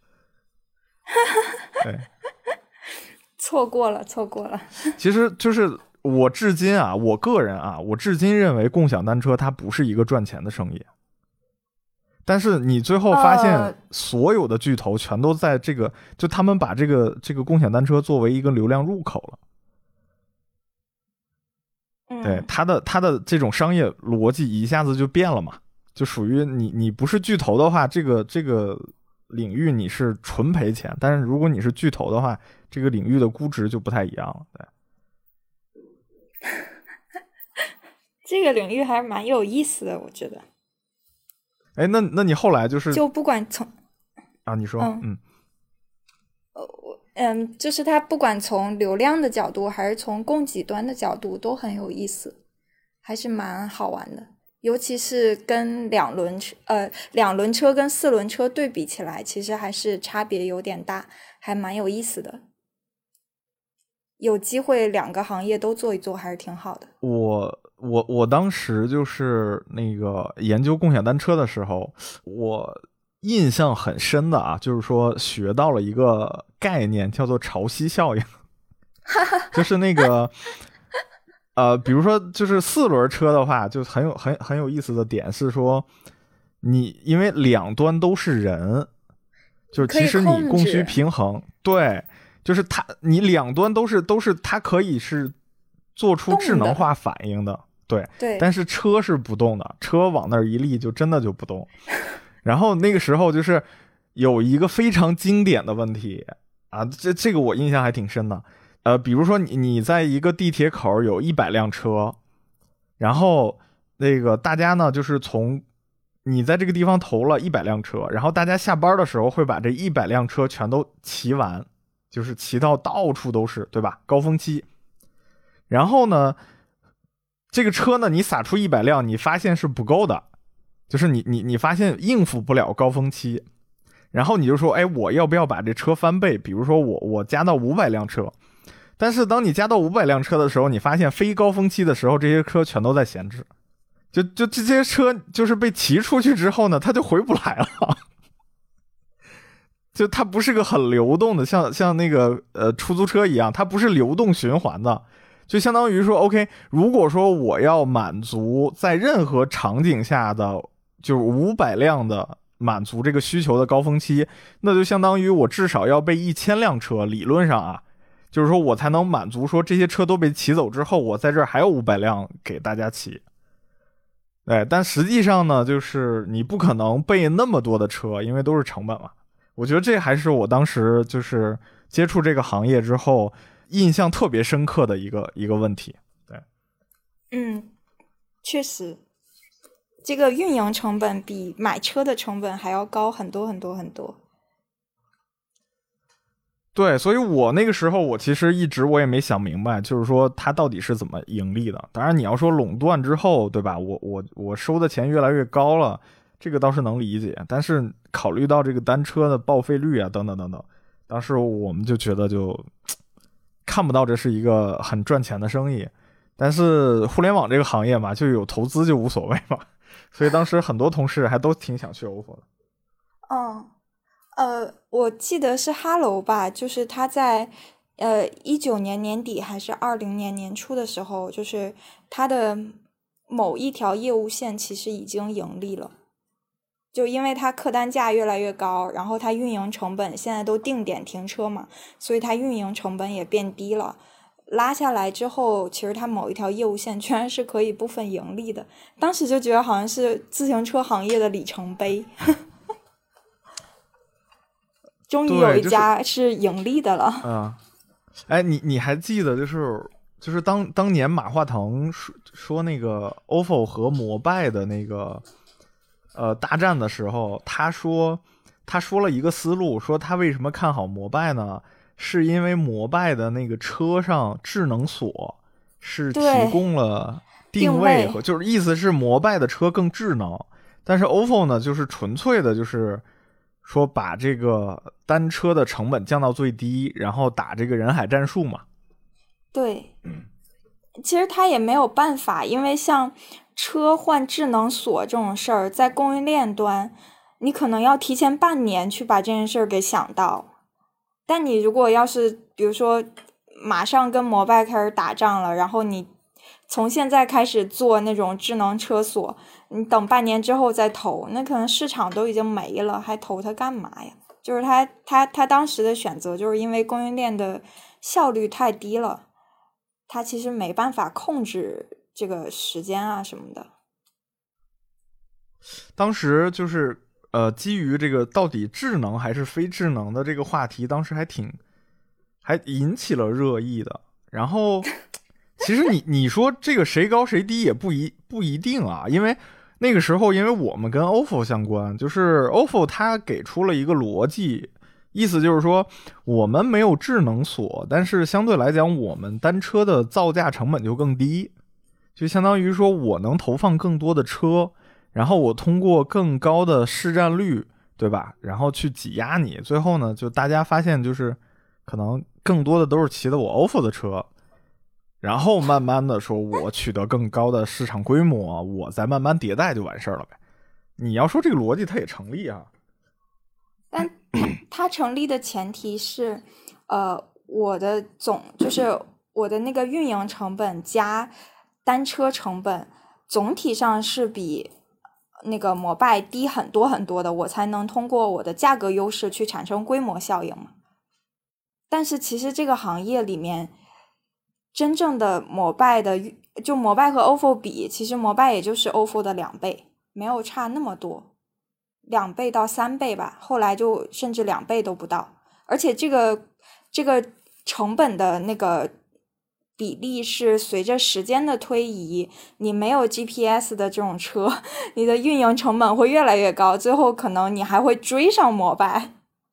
对， 错过了，错过了。 其实就是我至今啊，我个人啊，我至今认为共享单车它不是一个赚钱的生意。但是你最后发现，所有的巨头全都在这个，呃、就他们把这个这个共享单车作为一个流量入口了。 嗯、 对，它的它的这种商业逻辑一下子就变了嘛，就属于你你不是巨头的话，这个这个领域你是纯赔钱，但是如果你是巨头的话，这个领域的估值就不太一样了。对， 这个领域还是蛮有意思的，我觉得。 哎，那那你后来就是就不管从啊，你说， 嗯嗯， 嗯，就是它不管从流量的角度，还是从供给端的角度，都很有意思，还是蛮好玩的。尤其是跟两轮车，呃，两轮车跟四轮车对比起来，其实还是差别有点大，还蛮有意思的。有机会两个行业都做一做，还是挺好的。 我我我当时就是那个研究共享单车的时候，我印象很深的啊，就是说学到了一个概念，叫做潮汐效应，就是那个呃，比如说就是四轮车的话，就很有很很有意思的点是说，你因为两端都是人，就是其实你供需平衡，对。就是它，你两端都是都是它可以是做出智能化反应的，对对。 但是车是不动的，车往那儿一立就真的就不动。然后那个时候就是有一个非常经典的问题啊，这这个我印象还挺深的。呃，比如说你你在一个地铁口有一百辆车，然后那个大家呢就是从你在这个地方投了一百辆车，然后大家下班的时候会把这一百辆车全都骑完。就是骑到到处都是，对吧？高峰期，然后呢，这个车呢，你撒出一百辆，你发现是不够的，就是你你你发现应付不了高峰期，然后你就说，哎，我要不要把这车翻倍？比如说我我加到五百辆车，但是当你加到五百辆车的时候，你发现非高峰期的时候，这些车全都在闲置，就就这些车就是被骑出去之后呢，它就回不来了。就它不是个很流动的，像像那个呃出租车一样，它不是流动循环的，就相当于说 OK， 如果说我要满足在任何场景下的就是五百辆的满足这个需求的高峰期，那就相当于我至少要被一千辆车，理论上啊，就是说我才能满足说这些车都被骑走之后，我在这儿还有五百辆给大家骑。对，但实际上呢，就是你不可能备那么多的车，因为都是成本嘛。我觉得这还是我当时就是接触这个行业之后印象特别深刻的一个一个问题。对， 嗯，确实，这个运营成本比买车的成本还要高很多很多很多。 对，所以我那个时候我其实一直我也没想明白，就是说它到底是怎么盈利的。当然你要说垄断之后，对吧？我我我收的钱越来越高了。这个倒是能理解，但是考虑到这个单车的报废率啊，等等等等，当时我们就觉得就看不到这是一个很赚钱的生意。但是互联网这个行业嘛，就有投资就无所谓嘛，所以当时很多同事还都挺想去 O F O 的。 嗯，呃，我记得是哈喽吧，就是他在呃一九年年底还是二零年年初的时候，就是他的某一条业务线其实已经盈利了。就因为它客单价越来越高，然后它运营成本现在都定点停车嘛，所以它运营成本也变低了。 拉下来之后，其实它某一条业务线居然是可以部分盈利的，当时就觉得好像是自行车行业的里程碑。终于有一家是盈利的了。 就是、嗯，哎，你你还记得就是就是当当年马化腾说说那个 O F O 和摩拜的那个呃大战的时候，他说他说了一个思路，说他为什么看好摩拜呢？是因为摩拜的那个车上智能锁是提供了定位和，就是意思是摩拜的车更智能，但是 O F O 呢就是纯粹的就是说把这个单车的成本降到最低，然后打这个人海战术嘛。 对，其实他也没有办法，因为像车换智能锁这种事儿，在供应链端你可能要提前半年去把这件事儿给想到，但你如果要是比如说马上跟摩拜开始打仗了，然后你从现在开始做那种智能车锁，你等半年之后再投，那可能市场都已经没了，还投它干嘛呀？就是他他他当时的选择就是因为供应链的效率太低了，他其实没办法控制这个时间啊什么的。 当时就是呃，基于这个到底智能还是非智能的这个话题，当时还挺还引起了热议的。然后其实你你说这个谁高谁低也不一不一定啊，因为那个时候因为我们跟 O F O 相关，就是 O F O 它给出了一个逻辑，意思就是说我们没有智能锁，但是相对来讲我们单车的造价成本就更低，就相当于说我能投放更多的车，然后我通过更高的市占率，对吧，然后去挤压你，最后呢就大家发现就是可能更多的都是骑的我 O F O 的车，然后慢慢的说我取得更高的市场规模，我再慢慢迭代就完事儿了呗。你要说这个逻辑它也成立啊， 但它成立的前提是呃，我的总就是我的那个运营成本加单车成本总体上是比那个摩拜低很多很多的，我才能通过我的价格优势去产生规模效应嘛。但是其实这个行业里面真正的摩拜的，就摩拜和 O F O 比，其实摩拜也就是 O F O 的两倍，没有差那么多，两倍到三倍吧，后来就甚至两倍都不到。而且这个这个成本的那个比例是随着时间的推移，你没有 G P S 的这种车，你的运营成本会越来越高，最后可能你还会追上摩拜。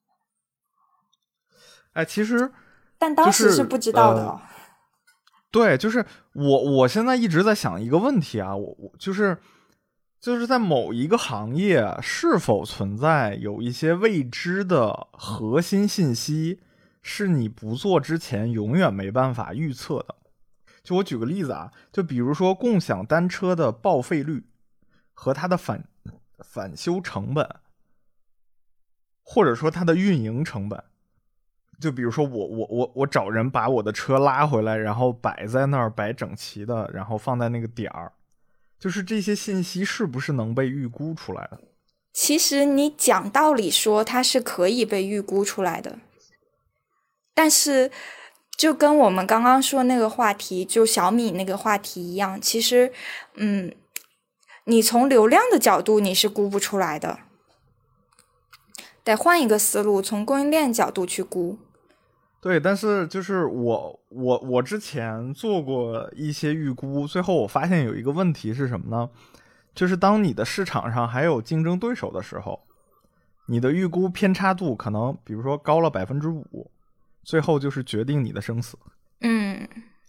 哎，其实但当时是不知道的、哦呃、对，就是我我现在一直在想一个问题啊，我我就是就是在某一个行业是否存在有一些未知的核心信息是你不做之前永远没办法预测的。就我举个例子啊，就比如说共享单车的报废率和它的返返修成本，或者说它的运营成本。就比如说我我我我找人把我的车拉回来，然后摆在那儿，摆整齐的，然后放在那个点儿，就是这些信息是不是能被预估出来的？ 其实你讲道理说它是可以被预估出来的，但是就跟我们刚刚说那个话题，就小米那个话题一样，其实嗯，你从流量的角度你是估不出来的，得换一个思路，从供应链角度去估。 对，但是就是我我我之前做过一些预估，最后我发现有一个问题是什么呢？就是当你的市场上还有竞争对手的时候，你的预估偏差度可能比如说高了百分之五，最后就是决定你的生死。 嗯，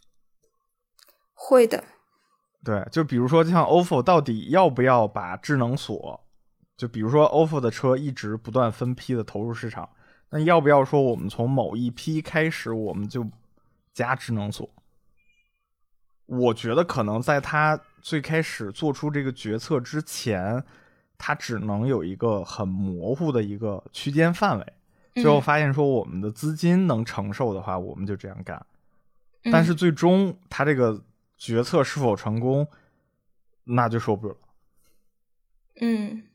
会的。 对，就比如说像 O F O 到底要不要把智能锁，就比如说 O F O 的车一直不断分批的投入市场，那要不要说我们从某一批开始我们就加智能锁？我觉得可能在他最开始做出这个决策之前，他只能有一个很模糊的一个区间范围，最后发现说我们的资金能承受的话，我们就这样干。但是最终他这个决策是否成功，那就说不准了。 嗯，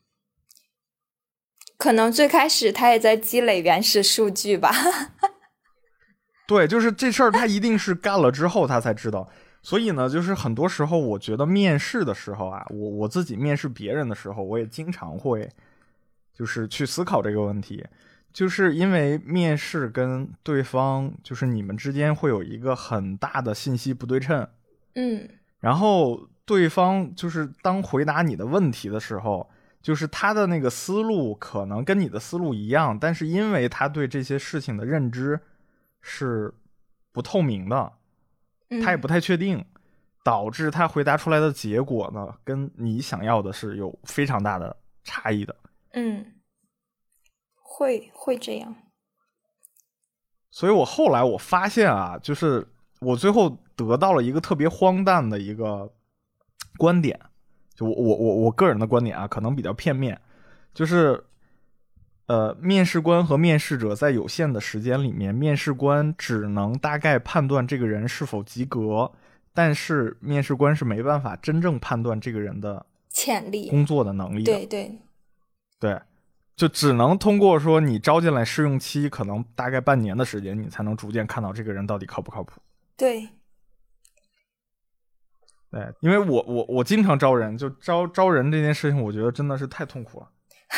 可能最开始他也在积累原始数据吧。 对，就是这事儿他一定是干了之后他才知道。所以呢，就是很多时候我觉得面试的时候啊，我我自己面试别人的时候，我也经常会就是去思考这个问题，就是因为面试跟对方就是你们之间会有一个很大的信息不对称， 嗯， 然后对方就是当回答你的问题的时候，就是他的那个思路可能跟你的思路一样，但是因为他对这些事情的认知是不透明的，他也不太确定，导致他回答出来的结果呢，跟你想要的是有非常大的差异的。 嗯，会会这样。 所以我后来我发现啊，就是我最后得到了一个特别荒诞的一个观点，就我我我我个人的观点啊，可能比较片面，就是呃，面试官和面试者在有限的时间里面，面试官只能大概判断这个人是否及格，但是面试官是没办法真正判断这个人的潜力、 工作的能力的。 对对对，就只能通过说你招进来试用期，可能大概半年的时间，你才能逐渐看到这个人到底靠不靠谱。 对对，因为我我我经常招人，就招招人这件事情，我觉得真的是太痛苦了。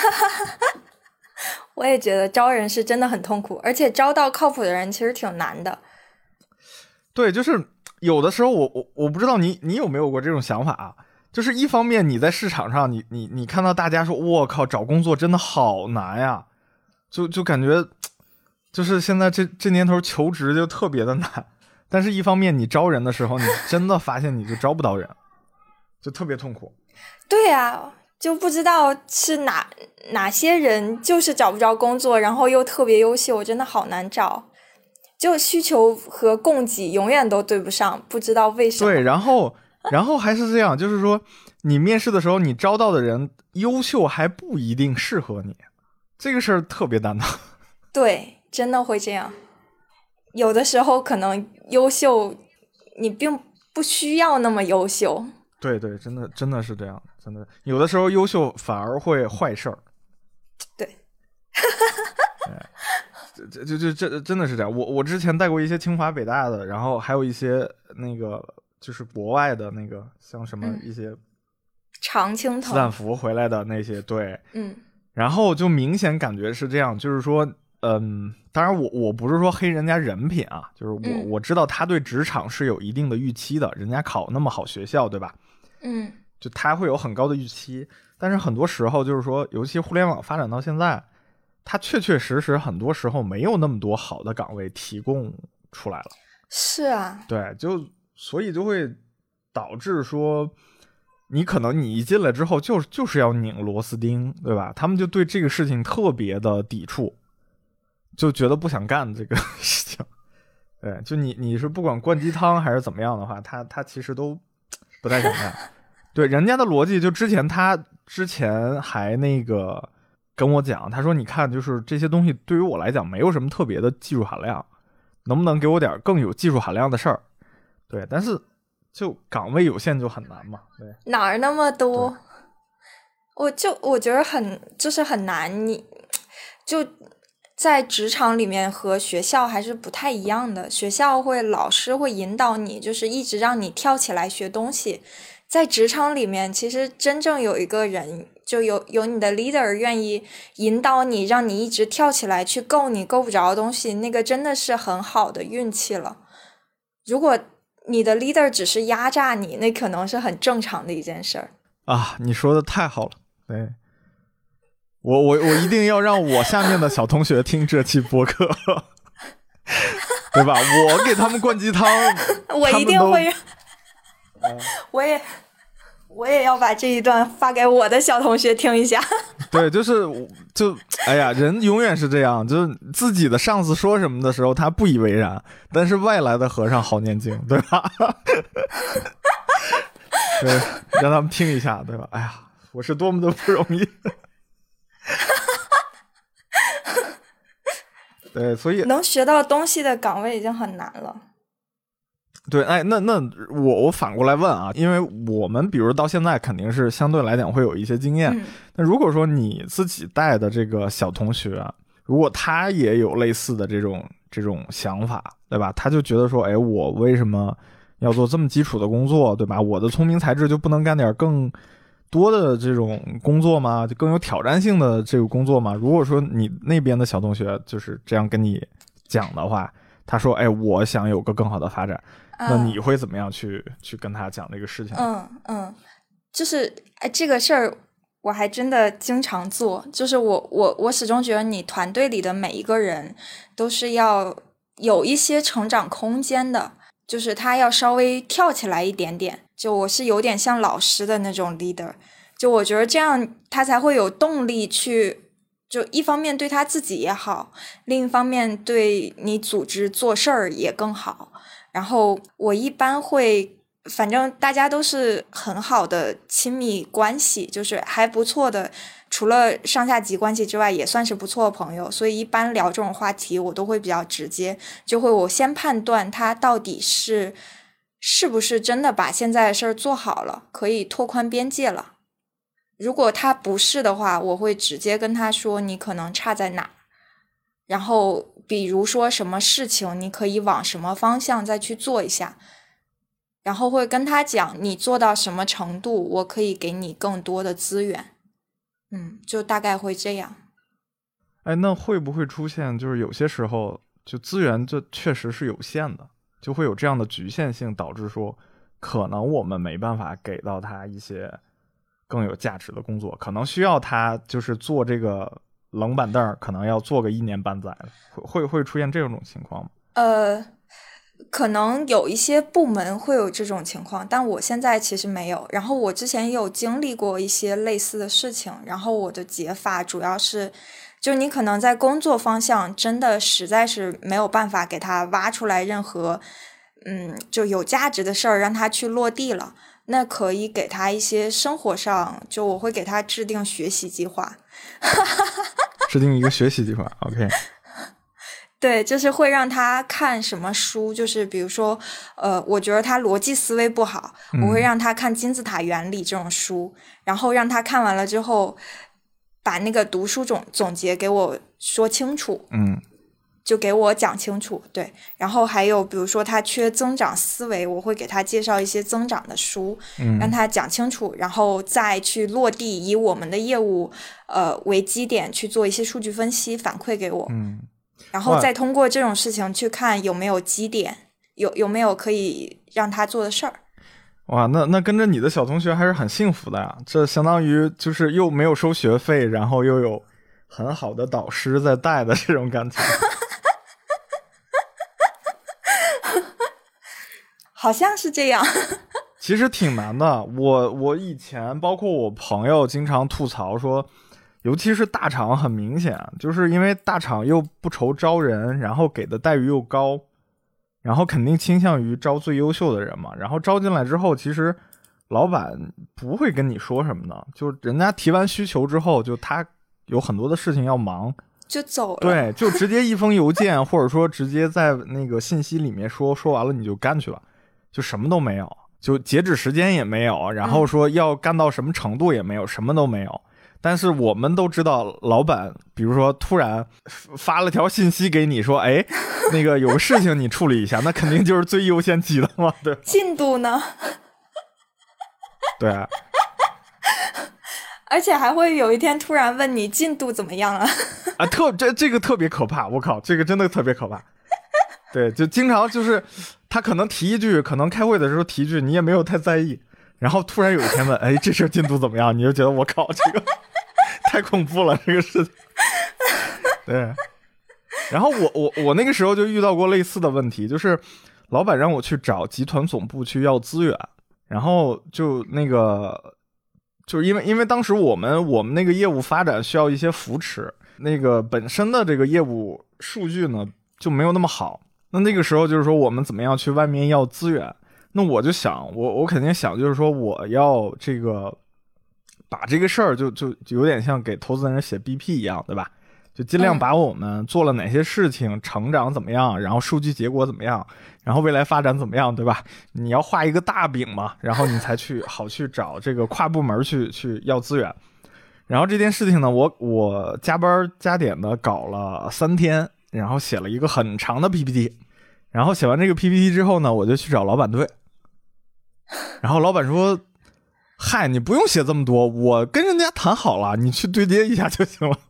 我也觉得招人是真的很痛苦，而且招到靠谱的人其实挺难的。 对，就是有的时候我我我不知道你你有没有过这种想法啊？就是一方面你在市场上，你你你看到大家说，我靠，找工作真的好难呀，就就感觉就是现在这这年头求职就特别的难。但是一方面你招人的时候，你真的发现你就招不到人，就特别痛苦。 对啊，就不知道是哪哪些人就是找不着工作，然后又特别优秀，真的好难找。就需求和供给永远都对不上，不知道为什么。 对，然后然后还是这样，就是说你面试的时候，你招到的人优秀还不一定适合你，这个事儿特别难的。 对，真的会这样。有的时候可能优秀，你并不需要那么优秀。 对对，真的真的是这样，真的有的时候优秀反而会坏事儿。 对。 这就就这真的是这样。我我之前带过一些清华北大的，然后还有一些那个就是国外的那个，像什么一些常青藤、 斯坦福回来的那些，对， 嗯， 然后就明显感觉是这样，就是说，嗯，当然我我不是说黑人家人品啊，就是我、嗯、我知道他对职场是有一定的预期的，人家考那么好学校，对吧？ 嗯， 就他会有很高的预期，但是很多时候就是说，尤其互联网发展到现在。它确确实实很多时候没有那么多好的岗位提供出来了。 是啊， 对，就所以就会导致说，你可能你一进来之后就就是要拧螺丝钉，对吧？他们就对这个事情特别的抵触，就觉得不想干这个事情。对，就你你是不管灌鸡汤还是怎么样的话，他他其实都不太想干。对，人家的逻辑就之前他之前还那个。跟我讲，他说你看就是这些东西对于我来讲没有什么特别的技术含量，能不能给我点更有技术含量的事儿？对，但是就岗位有限就很难嘛。对， 哪儿那么多？我就我觉得很就是很难，你就在职场里面和学校还是不太一样的。学校会老师会引导你，就是一直让你跳起来学东西。在职场里面，其实真正有一个人，就有有你的 leader 愿意引导你，让你一直跳起来去够你够不着的东西，那个真的是很好的运气了。如果你的 leader 只是压榨你，那可能是很正常的一件事儿啊。你说的太好了，对，我我我一定要让我下面的小同学听这期播客，对吧？我给他们灌鸡汤， 我一定会让。我也我也要把这一段发给我的小同学听一下。 对，就是就哎呀，人永远是这样，就是自己的上司说什么的时候他不以为然，但是外来的和尚好念经，对吧？对，让他们听一下，对吧？哎呀，我是多么的不容易。对，所以能学到东西的岗位已经很难了。 对，哎，那那我我反过来问啊，因为我们比如到现在肯定是相对来讲会有一些经验， 嗯、 那如果说你自己带的这个小同学，如果他也有类似的这种这种想法，对吧？他就觉得说，哎，我为什么要做这么基础的工作，对吧？我的聪明才智就不能干点更多的这种工作吗？就更有挑战性的这个工作吗？如果说你那边的小同学就是这样跟你讲的话，他说，哎，我想有个更好的发展，那你会怎么样去、嗯、去跟他讲这个事情？ 嗯嗯，就是哎，这个事儿我还真的经常做，就是我我我始终觉得你团队里的每一个人都是要有一些成长空间的，就是他要稍微跳起来一点点，就我是有点像老师的那种 leader， 就我觉得这样他才会有动力去，就一方面对他自己也好，另一方面对你组织做事儿也更好。然后我一般会，反正大家都是很好的亲密关系，就是还不错的，除了上下级关系之外也算是不错的朋友，所以一般聊这种话题我都会比较直接，就会我先判断他到底是是不是真的把现在的事儿做好了，可以拓宽边界了。如果他不是的话，我会直接跟他说你可能差在哪，然后比如说什么事情你可以往什么方向再去做一下，然后会跟他讲你做到什么程度我可以给你更多的资源。嗯，就大概会这样。 哎，那会不会出现就是有些时候就资源这确实是有限的，就会有这样的局限性，导致说可能我们没办法给到他一些更有价值的工作，可能需要他就是做这个冷板凳，可能要做个一年半载，会会会出现这种情况吗？ 呃，可能有一些部门会有这种情况，但我现在其实没有。然后我之前也有经历过一些类似的事情，然后我的解法主要是，就你可能在工作方向真的实在是没有办法给他挖出来任何嗯就有价值的事儿让他去落地了，那可以给他一些生活上，就我会给他制定学习计划。 制定一个学习计划 OK。 对，就是会让他看什么书，就是比如说呃，我觉得他逻辑思维不好、嗯、我会让他看金字塔原理这种书，然后让他看完了之后把那个读书总总结给我说清楚， 嗯， 就给我讲清楚。对，然后还有比如说他缺增长思维，我会给他介绍一些增长的书、嗯、让他讲清楚，然后再去落地，以我们的业务呃为基点去做一些数据分析反馈给我， 嗯， 然后再通过这种事情去看有没有基点，有有没有可以让他做的事儿。 哇，那那跟着你的小同学还是很幸福的呀，这相当于就是又没有收学费，然后又有很好的导师在带的这种感觉。 好像是这样。 其实挺难的，我我以前包括我朋友经常吐槽说，尤其是大厂很明显，就是因为大厂又不愁招人，然后给的待遇又高，然后肯定倾向于招最优秀的人嘛，然后招进来之后其实老板不会跟你说什么的，就人家提完需求之后，就他有很多的事情要忙就走了， 对，就直接一封邮件或者说直接在那个信息里面说，说完了你就干去了，就什么都没有，就截止时间也没有，然后说要干到什么程度也没有、嗯、什么都没有。但是我们都知道老板比如说突然发了条信息给你说，哎，那个有个事情你处理一下，那肯定就是最优先级的嘛，对。 进度呢？ 对啊。 而且还会有一天突然问你进度怎么样了。 啊，特这这个特别可怕，我靠，这个真的特别可怕。对，就经常就是他可能提一句，可能开会的时候提一句，你也没有太在意，然后突然有一天问，哎，这事进度怎么样？你就觉得我靠，这个太恐怖了，这个事情。对。然后我我我那个时候就遇到过类似的问题，就是老板让我去找集团总部去要资源，然后就那个就是因为因为当时我们我们那个业务发展需要一些扶持，那个本身的这个业务数据呢就没有那么好，那那个时候就是说我们怎么样去外面要资源，那我就想我我肯定想就是说我要这个把这个事儿就就就有点像给投资人写 B P 一样，对吧？就尽量把我们做了哪些事情、嗯、成长怎么样，然后数据结果怎么样，然后未来发展怎么样，对吧？你要画一个大饼嘛，然后你才去好去找这个跨部门去去要资源。然后这件事情呢，我我加班加点的搞了三天， 然后写了一个很长的 P P T， 然后写完这个 P P T 之后呢，我就去找老板对，然后老板说嗨，你不用写这么多，我跟人家谈好了，你去对接一下就行了。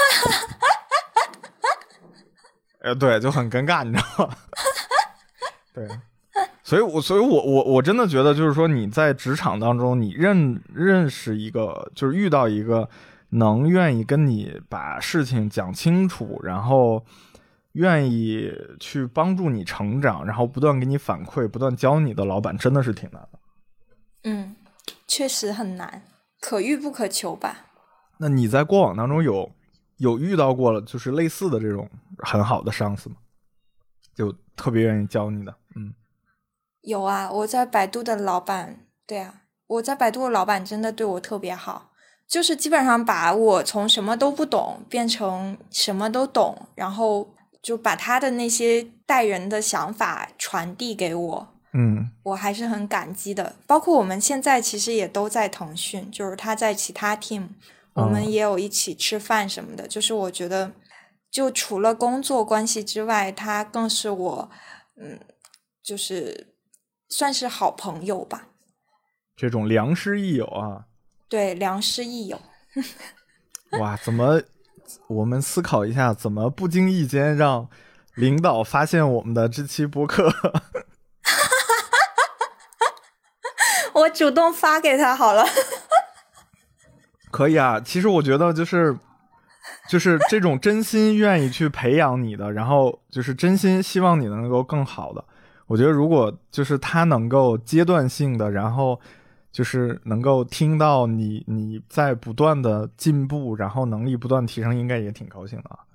呃，对，就很尴尬，你知道吗？对，所以我，所以我，我，我真的觉得，就是说你在职场当中，你认认识一个，就是遇到一个能愿意跟你把事情讲清楚，然后愿意去帮助你成长，然后不断给你反馈，不断教你的老板，真的是挺难的。 嗯，确实很难，可遇不可求吧。 那你在过往当中有有遇到过了，就是类似的这种很好的上司吗？就特别愿意教你的？嗯， 有啊，我在百度的老板，对啊，我在百度的老板真的对我特别好，就是基本上把我从什么都不懂变成什么都懂，然后就把他的那些带人的想法传递给我。 嗯， 我还是很感激的。包括我们现在其实也都在腾讯，就是他在其他 team， 我们也有一起吃饭什么的。哦、就是我觉得，就除了工作关系之外，他更是我，嗯，就是算是好朋友吧。 这种良师益友啊。 对，良师益友。 哇，怎么？我们思考一下，怎么不经意间让领导发现我们的这期播客？ 我主动发给他好了。 可以啊，其实我觉得就是就是这种真心愿意去培养你的，然后就是真心希望你能够更好的，我觉得如果就是他能够阶段性的，然后就是能够听到你你在不断的进步，然后能力不断提升，应该也挺高兴的啊。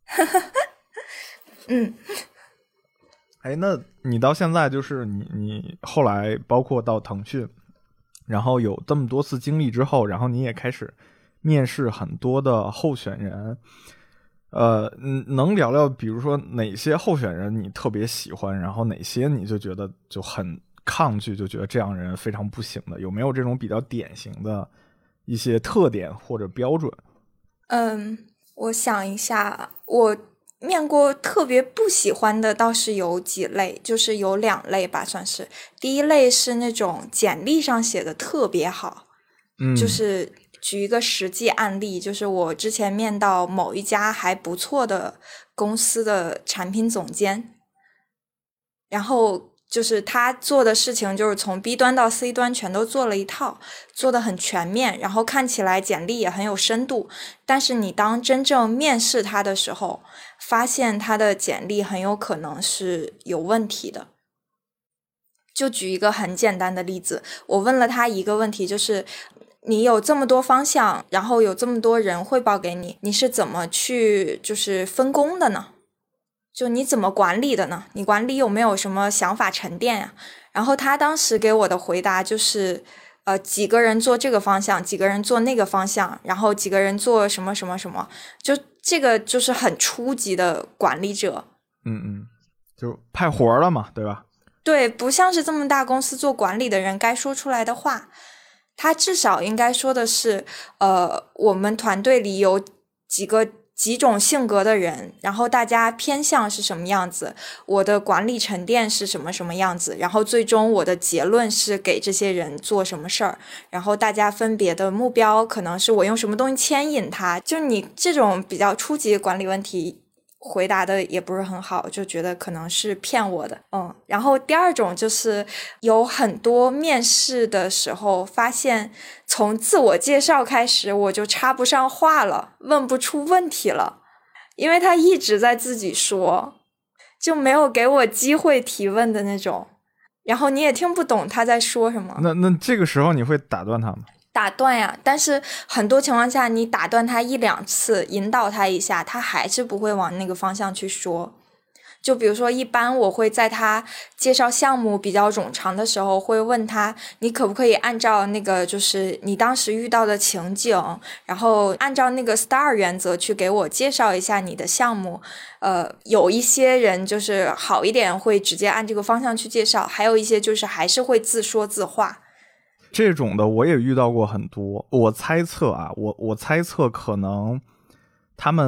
嗯， 哎，那你到现在就是你你后来包括到腾讯，然后有这么多次经历之后，然后你也开始面试很多的候选人，呃，能聊聊比如说哪些候选人你特别喜欢，然后哪些你就觉得就很抗拒，就觉得这样人非常不行的，有没有这种比较典型的一些特点或者标准？ 嗯，我想一下，我面过特别不喜欢的倒是有几类，就是有两类吧，算是。第一类是那种简历上写的特别好， 嗯， 就是举一个实际案例，就是我之前面到某一家还不错的公司的产品总监，然后就是他做的事情就是从 B 端到 C 端全都做了一套，做得很全面，然后看起来简历也很有深度，但是你当真正面试他的时候，发现他的简历很有可能是有问题的。就举一个很简单的例子，我问了他一个问题，就是你有这么多方向，然后有这么多人汇报给你，你是怎么去就是分工的呢？就你怎么管理的呢？你管理有没有什么想法沉淀呀？然后他当时给我的回答就是，呃，几个人做这个方向，几个人做那个方向，然后几个人做什么什么什么，就这个就是很初级的管理者。 嗯嗯，就派活了嘛，对吧？ 对，不像是这么大公司做管理的人该说出来的话。他至少应该说的是，呃，我们团队里有几个几种性格的人，然后大家偏向是什么样子，我的管理沉淀是什么什么样子，然后最终我的结论是给这些人做什么事儿，然后大家分别的目标可能是我用什么东西牵引他，就你这种比较初级的管理问题回答的也不是很好，就觉得可能是骗我的。嗯，然后第二种就是有很多面试的时候发现从自我介绍开始我就插不上话了，问不出问题了，因为他一直在自己说，就没有给我机会提问的那种，然后你也听不懂他在说什么。 那那这个时候你会打断他吗？ 打断呀，但是很多情况下你打断他一两次，引导他一下，他还是不会往那个方向去说。就比如说一般我会在他介绍项目比较冗长的时候会问他，你可不可以按照那个就是你当时遇到的情景，然后按照那个 STAR 原则去给我介绍一下你的项目。呃，有一些人就是好一点会直接按这个方向去介绍，还有一些就是还是会自说自话。 这种的我也遇到过很多，我猜测啊，我我猜测可能他们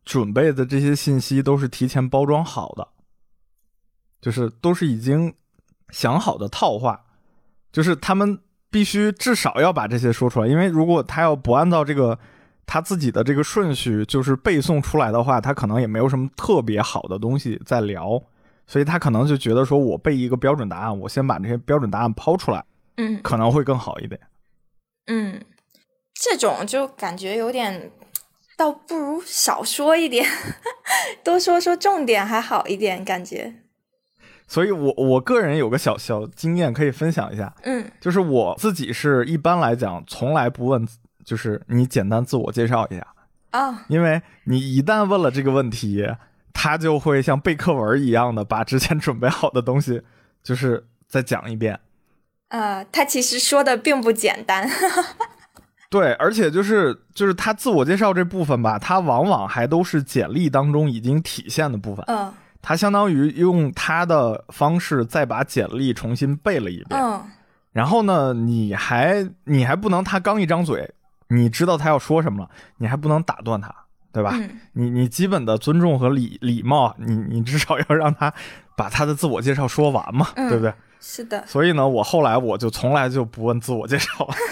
准备的这些信息都是提前包装好的，就是都是已经想好的套话，就是他们必须至少要把这些说出来，因为如果他要不按照这个他自己的这个顺序就是背诵出来的话，他可能也没有什么特别好的东西在聊，所以他可能就觉得说我背一个标准答案，我先把这些标准答案抛出来， 嗯， 可能会更好一点。 嗯，这种就感觉有点，倒不如少说一点，多说说重点还好一点感觉。 所以我我个人有个小小经验可以分享一下， 嗯， 就是我自己是一般来讲从来不问，就是你简单自我介绍一下啊、哦， 因为你一旦问了这个问题，他就会像背课文一样的把之前准备好的东西就是再讲一遍。 呃，他其实说的并不简单。 对，而且就是就是他自我介绍这部分吧，他往往还都是简历当中已经体现的部分。 嗯， 他相当于用他的方式再把简历重新背了一遍。 嗯， 然后呢，你还你还不能他刚一张嘴，你知道他要说什么了，你还不能打断他，对吧？ 嗯、 你你基本的尊重和礼礼貌，你你至少要让他把他的自我介绍说完嘛， 嗯、 对不对？ 是的。 所以呢，我后来我就从来就不问自我介绍了。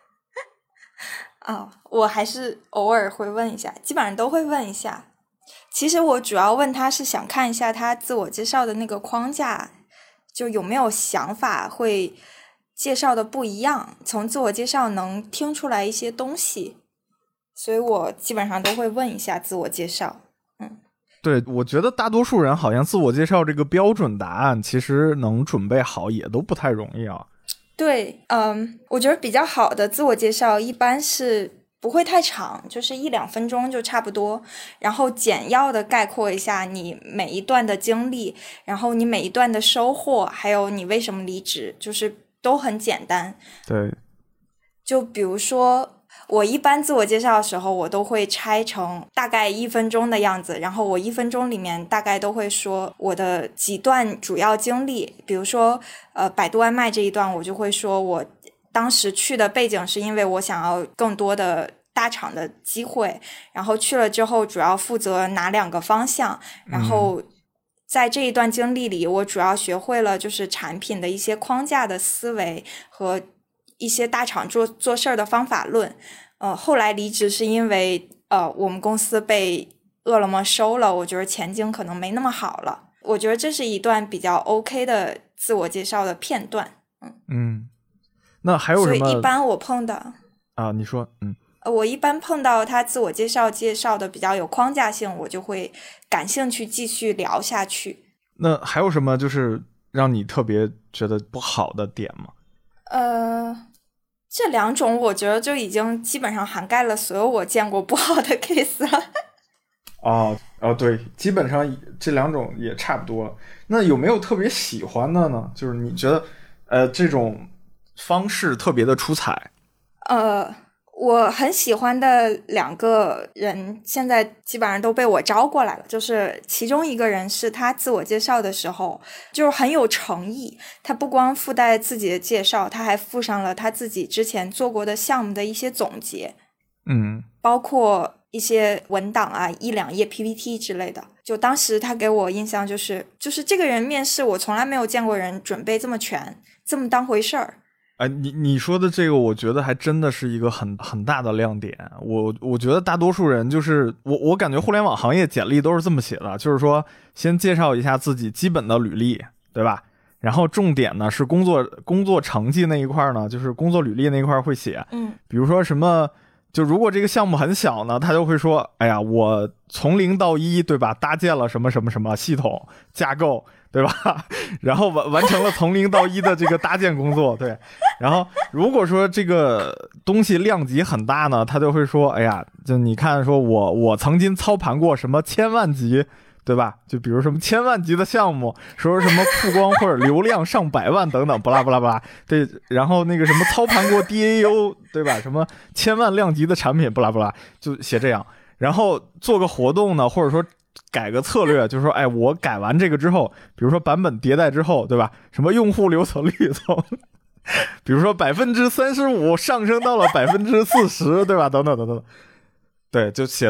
哦，我还是偶尔会问一下，基本上都会问一下。其实我主要问他是想看一下他自我介绍的那个框架，就有没有想法会介绍的不一样，从自我介绍能听出来一些东西，所以我基本上都会问一下自我介绍。嗯， 对，我觉得大多数人好像自我介绍这个标准答案其实能准备好也都不太容易啊。 对，嗯，我觉得比较好的自我介绍一般是不会太长，就是一两分钟就差不多，然后简要的概括一下你每一段的经历，然后你每一段的收获，还有你为什么离职，就是都很简单。 对， 就比如说我一般自我介绍的时候，我都会拆成大概一分钟的样子，然后我一分钟里面大概都会说我的几段主要经历，比如说呃百度外卖这一段，我就会说我当时去的背景是因为我想要更多的大厂的机会，然后去了之后主要负责哪两个方向，然后在这一段经历里，我主要学会了就是产品的一些框架的思维和一些大厂做做事儿的方法论。呃，后来离职是因为呃我们公司被饿了么收了，我觉得前景可能没那么好了。我觉得这是一段比较 OK 的自我介绍的片段。嗯嗯，那还有什么？ 所以一般我碰到啊，你说，嗯， 我一般碰到他自我介绍介绍的比较有框架性，我就会感兴趣继续聊下去。 那还有什么就是让你特别觉得不好的点吗？ 呃，这两种我觉得就已经基本上涵盖了所有我见过不好的 case 了。 哦哦，对，基本上这两种也差不多了。那有没有特别喜欢的呢？就是你觉得呃这种方式特别的出彩？ 呃，我很喜欢的两个人现在基本上都被我招过来了，就是其中一个人是他自我介绍的时候就是很有诚意，他不光附带自己的介绍，他还附上了他自己之前做过的项目的一些总结， 嗯， 包括一些文档啊，一两页 P P T 之类的。就当时他给我印象就是就是这个人面试我从来没有见过人准备这么全，这么当回事儿。 哎，你你说的这个，我觉得还真的是一个很很大的亮点。我我觉得大多数人就是我我感觉互联网行业简历都是这么写的，就是说先介绍一下自己基本的履历，对吧？然后重点呢是工作工作成绩那一块呢，就是工作履历那一块会写， 嗯， 比如说什么，就如果这个项目很小呢，他就会说，哎呀，我从零到一，对吧？搭建了什么什么什么系统架构。对吧？然后完完成了从零到一的这个搭建工作，对。然后如果说这个东西量级很大呢，他就会说，哎呀，就你看，说我我曾经操盘过什么千万级，对吧？就比如什么千万级的项目，说什么曝光或者流量上百万等等，不拉不拉不拉，对。然后那个什么操盘过 D A U， 对吧？什么千万量级的产品，不拉不拉，就写这样。然后做个活动呢，或者说改个策略，就是说，哎，我改完这个之后，比如说版本迭代之后，对吧？什么用户留存率从，比如说百分之三十五上升到了百分之四十，对吧？等等等等，对，就写的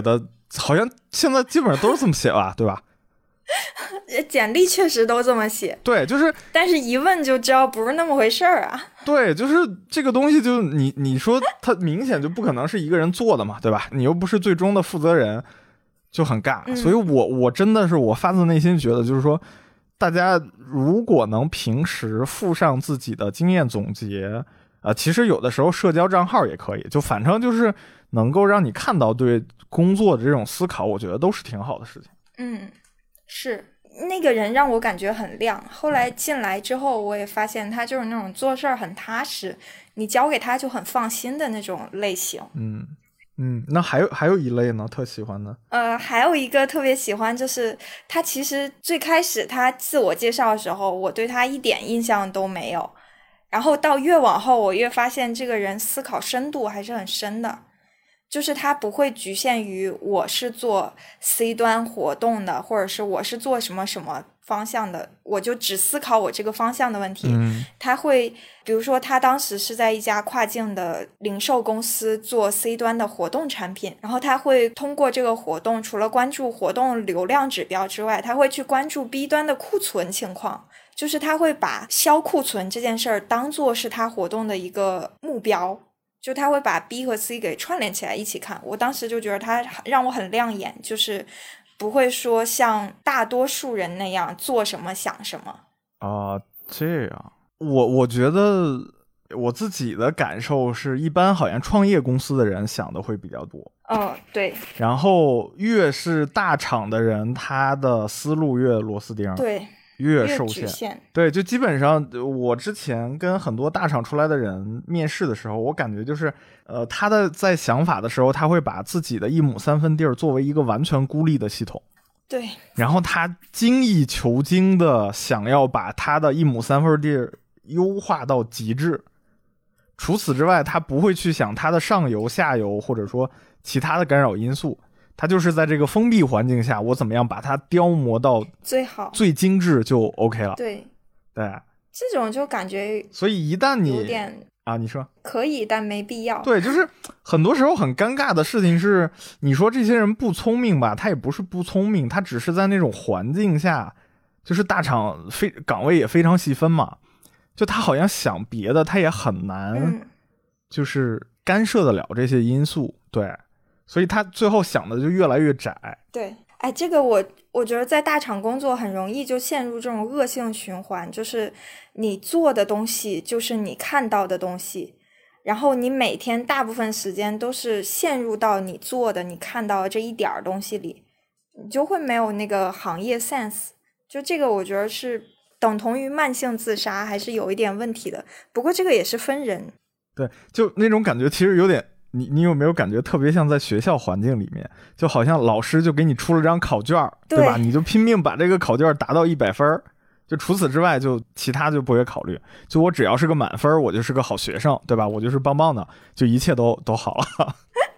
好像现在基本上都是这么写吧，对吧？ 简历确实都这么写， 对，就是， 但是一问就知道不是那么回事儿啊。 对，就是这个东西就，就你你说它明显就不可能是一个人做的嘛，对吧？你又不是最终的负责人，就很尬。 嗯、 所以我我真的是我发自内心觉得，就是说，大家如果能平时附上自己的经验总结，呃，其实有的时候社交账号也可以，就反正就是能够让你看到对工作的这种思考，我觉得都是挺好的事情。 嗯，是。那个人让我感觉很亮，后来进来之后我也发现他就是那种做事儿很踏实，你交给他就很放心的那种类型。 嗯嗯，那还有还有一类呢，特喜欢的。 呃，还有一个特别喜欢，就是他其实最开始他自我介绍的时候，我对他一点印象都没有，然后到越往后我越发现这个人思考深度还是很深的。就是它不会局限于我是做 C 端活动的，或者是我是做什么什么方向的，我就只思考我这个方向的问题。 嗯， 他会比如说他当时是在一家跨境的零售公司做 C 端的活动产品，然后他会通过这个活动，除了关注活动流量指标之外，他会去关注 B 端的库存情况，就是他会把销库存这件事儿当做是他活动的一个目标，就他会把 B 和 C 给串联起来一起看。我当时就觉得他让我很亮眼，就是不会说像大多数人那样做什么想什么啊、呃，这样，我我觉得我自己的感受是，一般好像创业公司的人想的会比较多。 哦，对。 然后越是大厂的人，他的思路越螺丝钉， 对。 越受限, 限对，就基本上我之前跟很多大厂出来的人面试的时候，我感觉就是呃，他的在想法的时候，他会把自己的一亩三分地儿作为一个完全孤立的系统， 对， 然后他精益求精的想要把他的一亩三分地儿优化到极致。除此之外，他不会去想他的上游下游或者说其他的干扰因素，它就是在这个封闭环境下，我怎么样把它雕磨到最好、 最精致就 OK 了。 对对， 这种就感觉， 所以一旦你有点啊，你说可以，但没必要。 对，就是很多时候很尴尬的事情是，你说这些人不聪明吧，他也不是不聪明，他只是在那种环境下，就是大厂非岗位也非常细分嘛，就他好像想别的，他也很难，就是干涉得了这些因素。嗯、对。所以他最后想的就越来越窄。 对，哎，这个我我觉得在大厂工作很容易就陷入这种恶性循环，就是你做的东西就是你看到的东西，然后你每天大部分时间都是陷入到你做的你看到的这一点东西里，你就会没有那个行业 sense。就这个我觉得是等同于慢性自杀，还是有一点问题的。不过这个也是分人。 对，就那种感觉其实有点。你你有没有感觉特别像在学校环境里面，就好像老师就给你出了张考卷， 对, 对吧？你就拼命把这个考卷达到一百分，就除此之外就其他就不会考虑，就我只要是个满分，我就是个好学生，对吧？我就是棒棒的，就一切都都好了。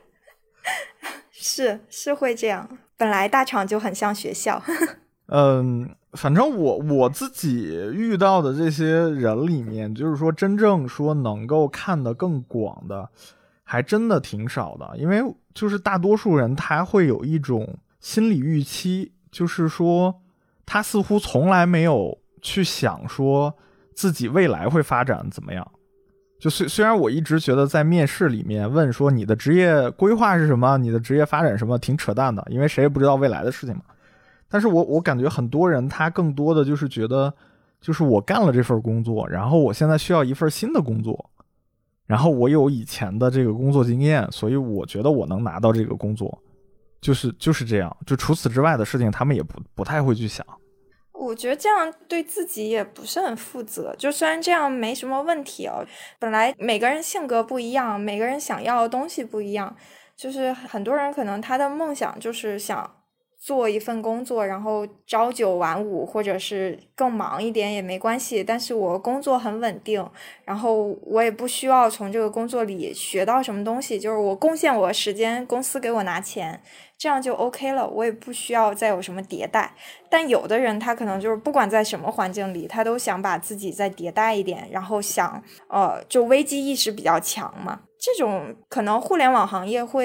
是是会这样，本来大厂就很像学校。 嗯，反正我我自己遇到的这些人里面，就是说真正说能够看得更广的还真的挺少的。因为就是大多数人他会有一种心理预期，就是说他似乎从来没有去想说自己未来会发展怎么样。就虽虽然我一直觉得在面试里面问说你的职业规划是什么，你的职业发展什么，挺扯淡的，因为谁也不知道未来的事情嘛。但是我我感觉很多人他更多的就是觉得，就是我干了这份工作，然后我现在需要一份新的工作，然后我有以前的这个工作经验，所以我觉得我能拿到这个工作，就是就是这样。就除此之外的事情，他们也不不太会去想。 我觉得这样对自己也不是很负责。就虽然这样没什么问题哦，本来每个人性格不一样，每个人想要的东西不一样，就是很多人可能他的梦想就是想做一份工作，然后朝九晚五，或者是更忙一点也没关系，但是我工作很稳定，然后我也不需要从这个工作里学到什么东西，就是我贡献我的时间，公司给我拿钱，这样就 OK 了，我也不需要再有什么迭代。但有的人他可能就是不管在什么环境里，他都想把自己再迭代一点，然后想呃，就危机意识比较强嘛，这种可能互联网行业会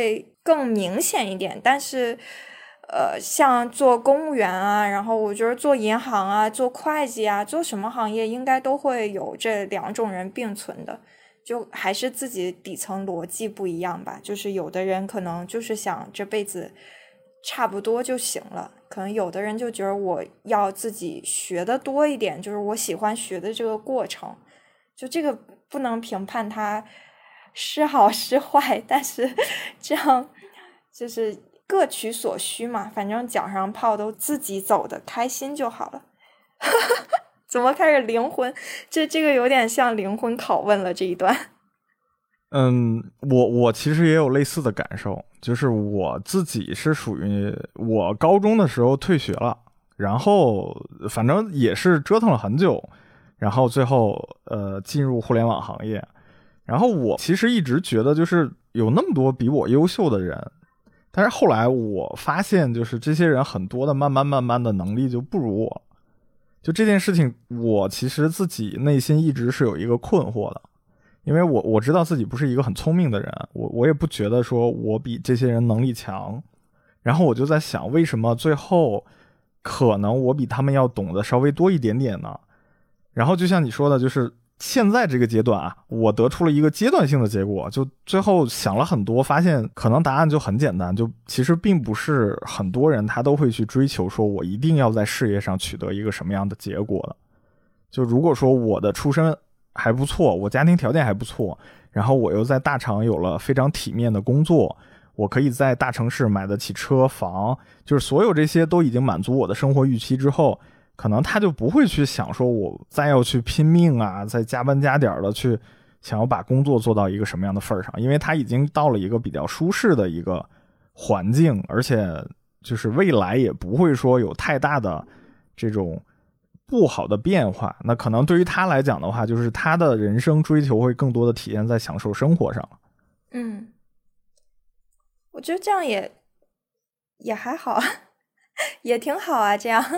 更明显一点。但是呃，像做公务员啊，然后我觉得做银行啊，做会计啊，做什么行业应该都会有这两种人并存的，就还是自己底层逻辑不一样吧。就是有的人可能就是想这辈子差不多就行了，可能有的人就觉得我要自己学的多一点，就是我喜欢学的这个过程，就这个不能评判它是好是坏，但是这样就是各取所需嘛，反正脚上泡都自己走的开心就好了。怎么开始灵魂？这这个有点像灵魂拷问了这一段。 嗯，我我其实也有类似的感受，就是我自己是属于我高中的时候退学了，然后反正也是折腾了很久，然后最后呃进入互联网行业。然后我其实一直觉得就是有那么多比我优秀的人，但是后来我发现就是这些人很多的慢慢慢慢的能力就不如我。就这件事情我其实自己内心一直是有一个困惑的，因为我我知道自己不是一个很聪明的人，我我也不觉得说我比这些人能力强，然后我就在想为什么最后可能我比他们要懂得稍微多一点点呢？然后就像你说的，就是现在这个阶段啊，我得出了一个阶段性的结果，就最后想了很多，发现可能答案就很简单，就其实并不是很多人他都会去追求说我一定要在事业上取得一个什么样的结果的。就如果说我的出身还不错，我家庭条件还不错，然后我又在大厂有了非常体面的工作，我可以在大城市买得起车房，就是所有这些都已经满足我的生活预期之后，可能他就不会去想说我再要去拼命啊，再加班加点的去想要把工作做到一个什么样的份上，因为他已经到了一个比较舒适的一个环境，而且就是未来也不会说有太大的这种不好的变化。那可能对于他来讲的话，就是他的人生追求会更多的体现在享受生活上。 嗯，我觉得这样也也还好，也挺好啊，这样。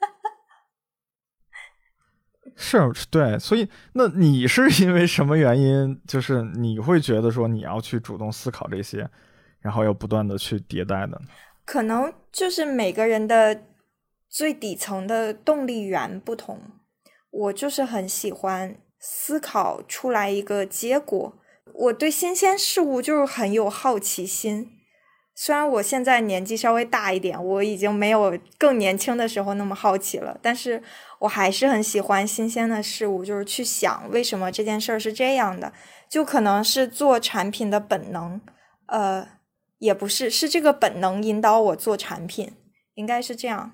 是，对，所以那你是因为什么原因，就是你会觉得说你要去主动思考这些，然后要不断的去迭代的？ 可能就是每个人的最底层的动力源不同，我就是很喜欢思考出来一个结果，我对新鲜事物就是很有好奇心。虽然我现在年纪稍微大一点，我已经没有更年轻的时候那么好奇了，但是我还是很喜欢新鲜的事物，就是去想为什么这件事是这样的，就可能是做产品的本能，呃，也不是，是这个本能引导我做产品，应该是这样。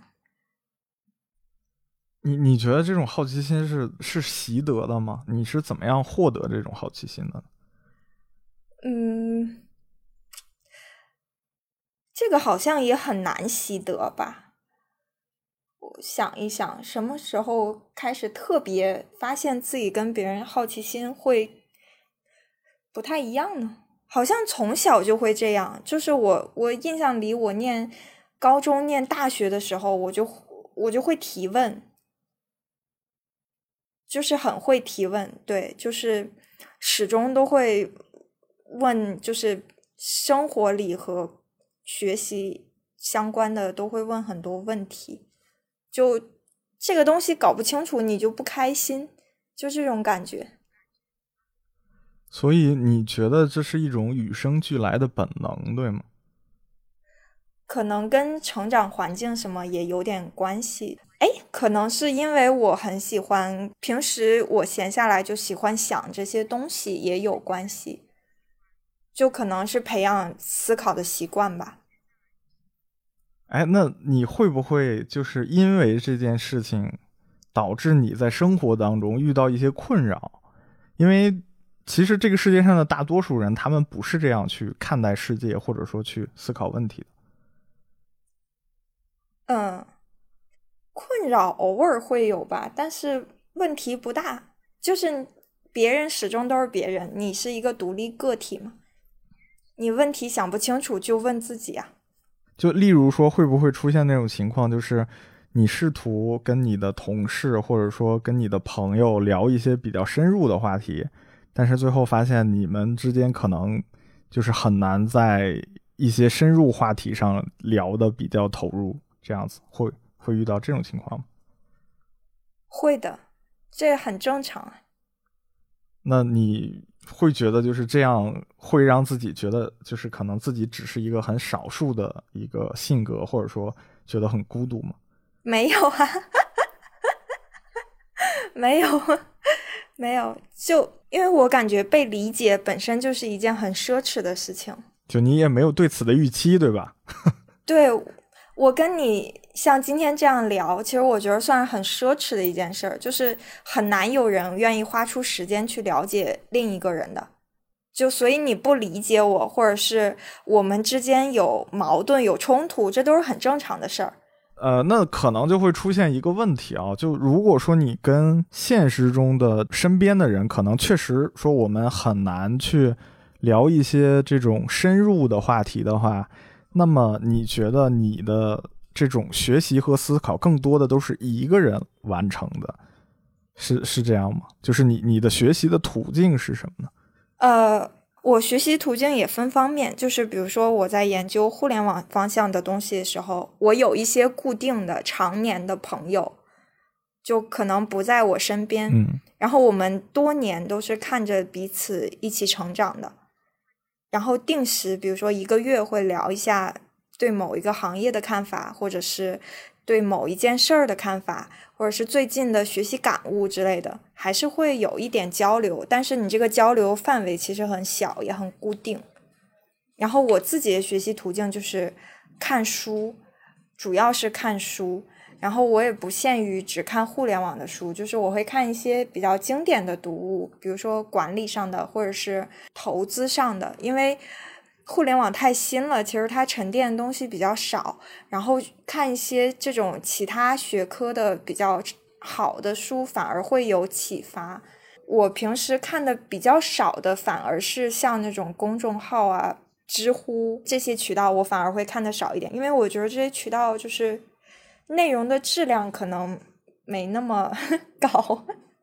你你觉得这种好奇心是是习得的吗？你是怎么样获得这种好奇心的？ 嗯。这个好像也很难习得吧。我想一想，什么时候开始特别发现自己跟别人好奇心会不太一样呢？好像从小就会这样，就是我我印象里，我念高中念大学的时候，我就我就会提问，就是很会提问，对，就是始终都会问，就是生活里和学习相关的都会问很多问题，就这个东西搞不清楚你就不开心，就这种感觉。 所以你觉得这是一种与生俱来的本能，对吗？ 可能跟成长环境什么也有点关系。哎，可能是因为我很喜欢，平时我闲下来就喜欢想这些东西也有关系，就可能是培养思考的习惯吧。 哎，那你会不会就是因为这件事情导致你在生活当中遇到一些困扰？因为其实这个世界上的大多数人他们不是这样去看待世界或者说去思考问题的。 嗯，困扰偶尔会有吧，但是问题不大，就是别人始终都是别人，你是一个独立个体嘛，你问题想不清楚就问自己啊。 就例如说会不会出现那种情况，就是你试图跟你的同事或者说跟你的朋友聊一些比较深入的话题，但是最后发现你们之间可能就是很难在一些深入话题上聊的比较投入，这样子会会遇到这种情况吗？ 会的，这很正常。 那你会觉得就是这样会让自己觉得就是可能自己只是一个很少数的一个性格，或者说觉得很孤独吗？ 没有啊没有没有，就因为我感觉被理解本身就是一件很奢侈的事情， 就你也没有对此的预期，对吧？ 对，我跟你像今天这样聊，其实我觉得算是很奢侈的一件事儿，就是很难有人愿意花出时间去了解另一个人的。就所以你不理解我，或者是我们之间有矛盾有冲突，这都是很正常的事儿。 呃，那可能就会出现一个问题啊，就如果说你跟现实中的身边的人，可能确实说我们很难去聊一些这种深入的话题的话，那么你觉得你的这种学习和思考更多的都是一个人完成的，是是这样吗？就是你你的学习的途径是什么呢？ 呃，我学习途径也分方面，就是比如说我在研究互联网方向的东西的时候，我有一些固定的常年的朋友，就可能不在我身边， 嗯， 然后我们多年都是看着彼此一起成长的，然后定时，比如说一个月会聊一下对某一个行业的看法，或者是对某一件事儿的看法，或者是最近的学习感悟之类的，还是会有一点交流，但是你这个交流范围其实很小，也很固定。然后我自己的学习途径就是看书，主要是看书，然后我也不限于只看互联网的书，就是我会看一些比较经典的读物，比如说管理上的或者是投资上的，因为互联网太新了，其实它沉淀的东西比较少，然后看一些这种其他学科的比较好的书反而会有启发。我平时看的比较少的反而是像那种公众号啊、知乎这些渠道，我反而会看的少一点，因为我觉得这些渠道就是内容的质量可能没那么高。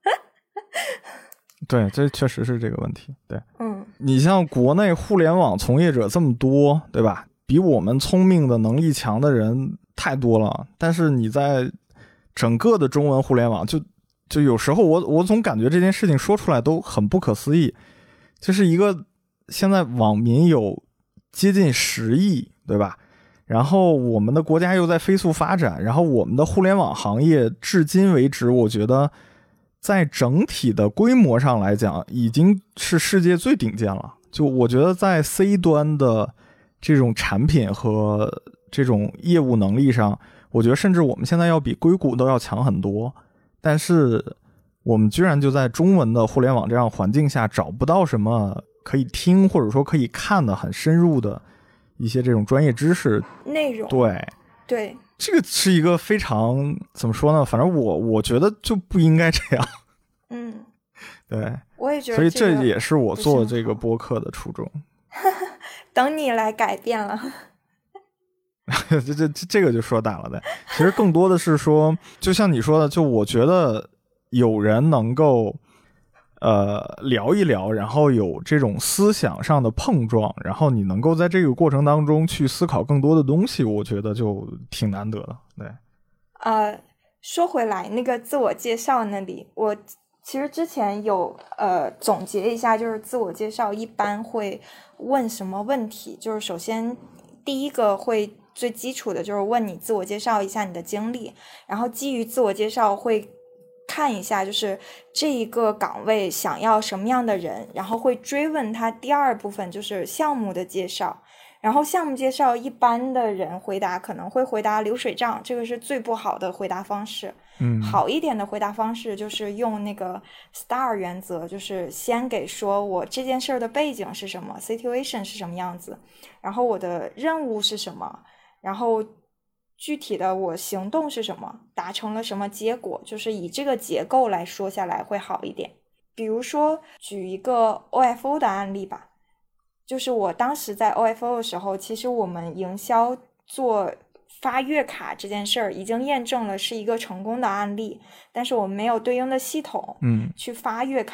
对，这确实是这个问题。对， 嗯， 你像国内互联网从业者这么多，对吧？比我们聪明的能力强的人太多了，但是你在整个的中文互联网就就有时候我我总感觉这件事情说出来都很不可思议，就是一个现在网民有接近十亿，对吧？然后我们的国家又在飞速发展，然后我们的互联网行业至今为止，我觉得在整体的规模上来讲，已经是世界最顶尖了。就我觉得在 C 端的这种产品和这种业务能力上，我觉得甚至我们现在要比硅谷都要强很多。但是我们居然就在中文的互联网这样环境下找不到什么可以听或者说可以看的很深入的一些这种专业知识内容。 对对， 这个是一个非常怎么说呢？反正我我觉得就不应该这样。 嗯， 对， 我也觉得， 所以这也是我做这个播客的初衷。 等你来改变了。 这这这个就说大了的，其实更多的是说，就像你说的，就我觉得有人能够呃聊一聊，然后有这种思想上的碰撞，然后你能够在这个过程当中去思考更多的东西，我觉得就挺难得的。对， 呃，说回来，那个自我介绍那里，我其实之前有呃总结一下，就是自我介绍一般会问什么问题，就是首先第一个会最基础的就是问你自我介绍一下你的经历，然后基于自我介绍会看一下就是这一个岗位想要什么样的人，然后会追问他第二部分就是项目的介绍，然后项目介绍一般的人回答可能会回答流水账，这个是最不好的回答方式。 嗯， 好一点的回答方式就是用那个 S T A R 原则，就是先给说我这件事的背景是什么 situation 是什么样子，然后我的任务是什么，然后具体的我行动是什么，达成了什么结果，就是以这个结构来说下来会好一点。比如说举一个 O F O 的案例吧，就是我当时在 O F O 的时候，其实我们营销做发月卡这件事儿已经验证了是一个成功的案例，但是我们没有对应的系统， 嗯， 去发月卡，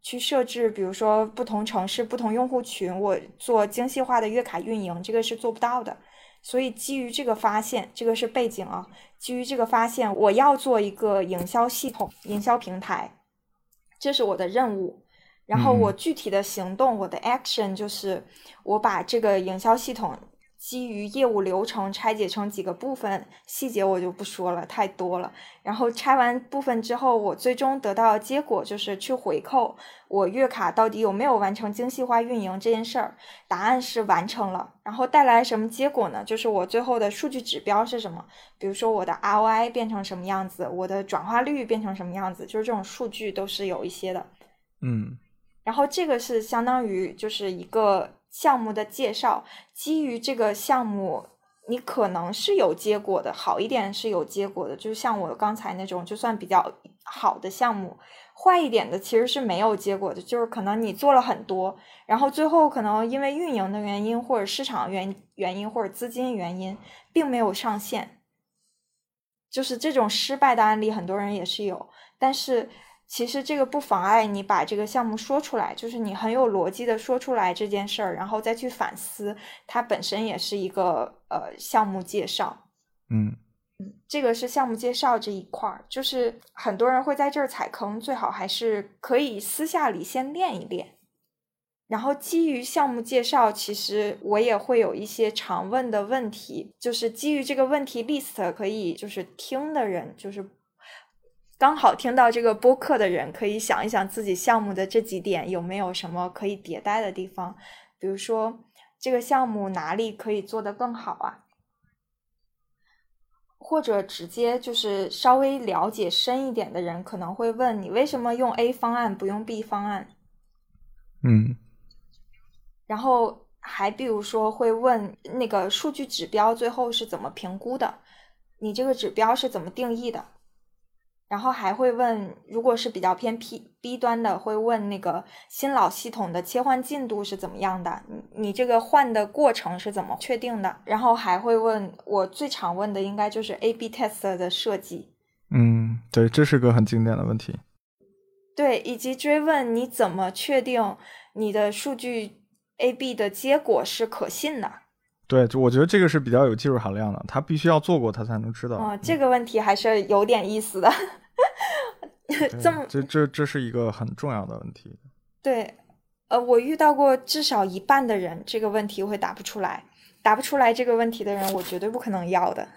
去设置，比如说不同城市、不同用户群，我做精细化的月卡运营，这个是做不到的。所以基于这个发现，这个是背景啊，基于这个发现，我要做一个营销系统、营销平台，这是我的任务。然后我具体的行动，我的 action 就是我把这个营销系统基于业务流程拆解成几个部分，细节我就不说了，太多了。然后拆完部分之后，我最终得到的结果就是去回扣我月卡到底有没有完成精细化运营这件事儿。答案是完成了。然后带来什么结果呢？就是我最后的数据指标是什么？比如说我的 R O I 变成什么样子，我的转化率变成什么样子，就是这种数据都是有一些的。 嗯。 然后这个是相当于就是一个项目的介绍，基于这个项目你可能是有结果的，好一点是有结果的，就像我刚才那种就算比较好的项目，坏一点的其实是没有结果的，就是可能你做了很多，然后最后可能因为运营的原因或者市场原原因或者资金原因并没有上线，就是这种失败的案例很多人也是有，但是其实这个不妨碍你把这个项目说出来，就是你很有逻辑的说出来这件事儿，然后再去反思，它本身也是一个呃项目介绍。 嗯嗯，这个是项目介绍这一块儿，就是很多人会在这儿踩坑，最好还是可以私下里先练一练。然后基于项目介绍，其实我也会有一些常问的问题，就是基于这个问题 list 可以就是听的人，就是刚好听到这个播客的人可以想一想自己项目的这几点有没有什么可以迭代的地方，比如说这个项目哪里可以做得更好啊，或者直接就是稍微了解深一点的人可能会问你为什么用 A 方案不用 B 方案。 嗯， 然后还比如说会问那个数据指标最后是怎么评估的，你这个指标是怎么定义的。然后还会问，如果是比较偏 P B 端的，会问那个新老系统的切换进度是怎么样的，你你这个换的过程是怎么确定的。然后还会问，我最常问的应该就是 A B test 的设计。 嗯，对，这是个很经典的问题。 对，以及追问你怎么确定你的数据 A B 的结果是可信的。 对，就我觉得这个是比较有技术含量的，他必须要做过他才能知道。 哦，这个问题还是有点意思的。这么这这这是一个很重要的问题。 对，呃，我遇到过至少一半的人这个问题会答不出来，答不出来这个问题的人我绝对不可能要的。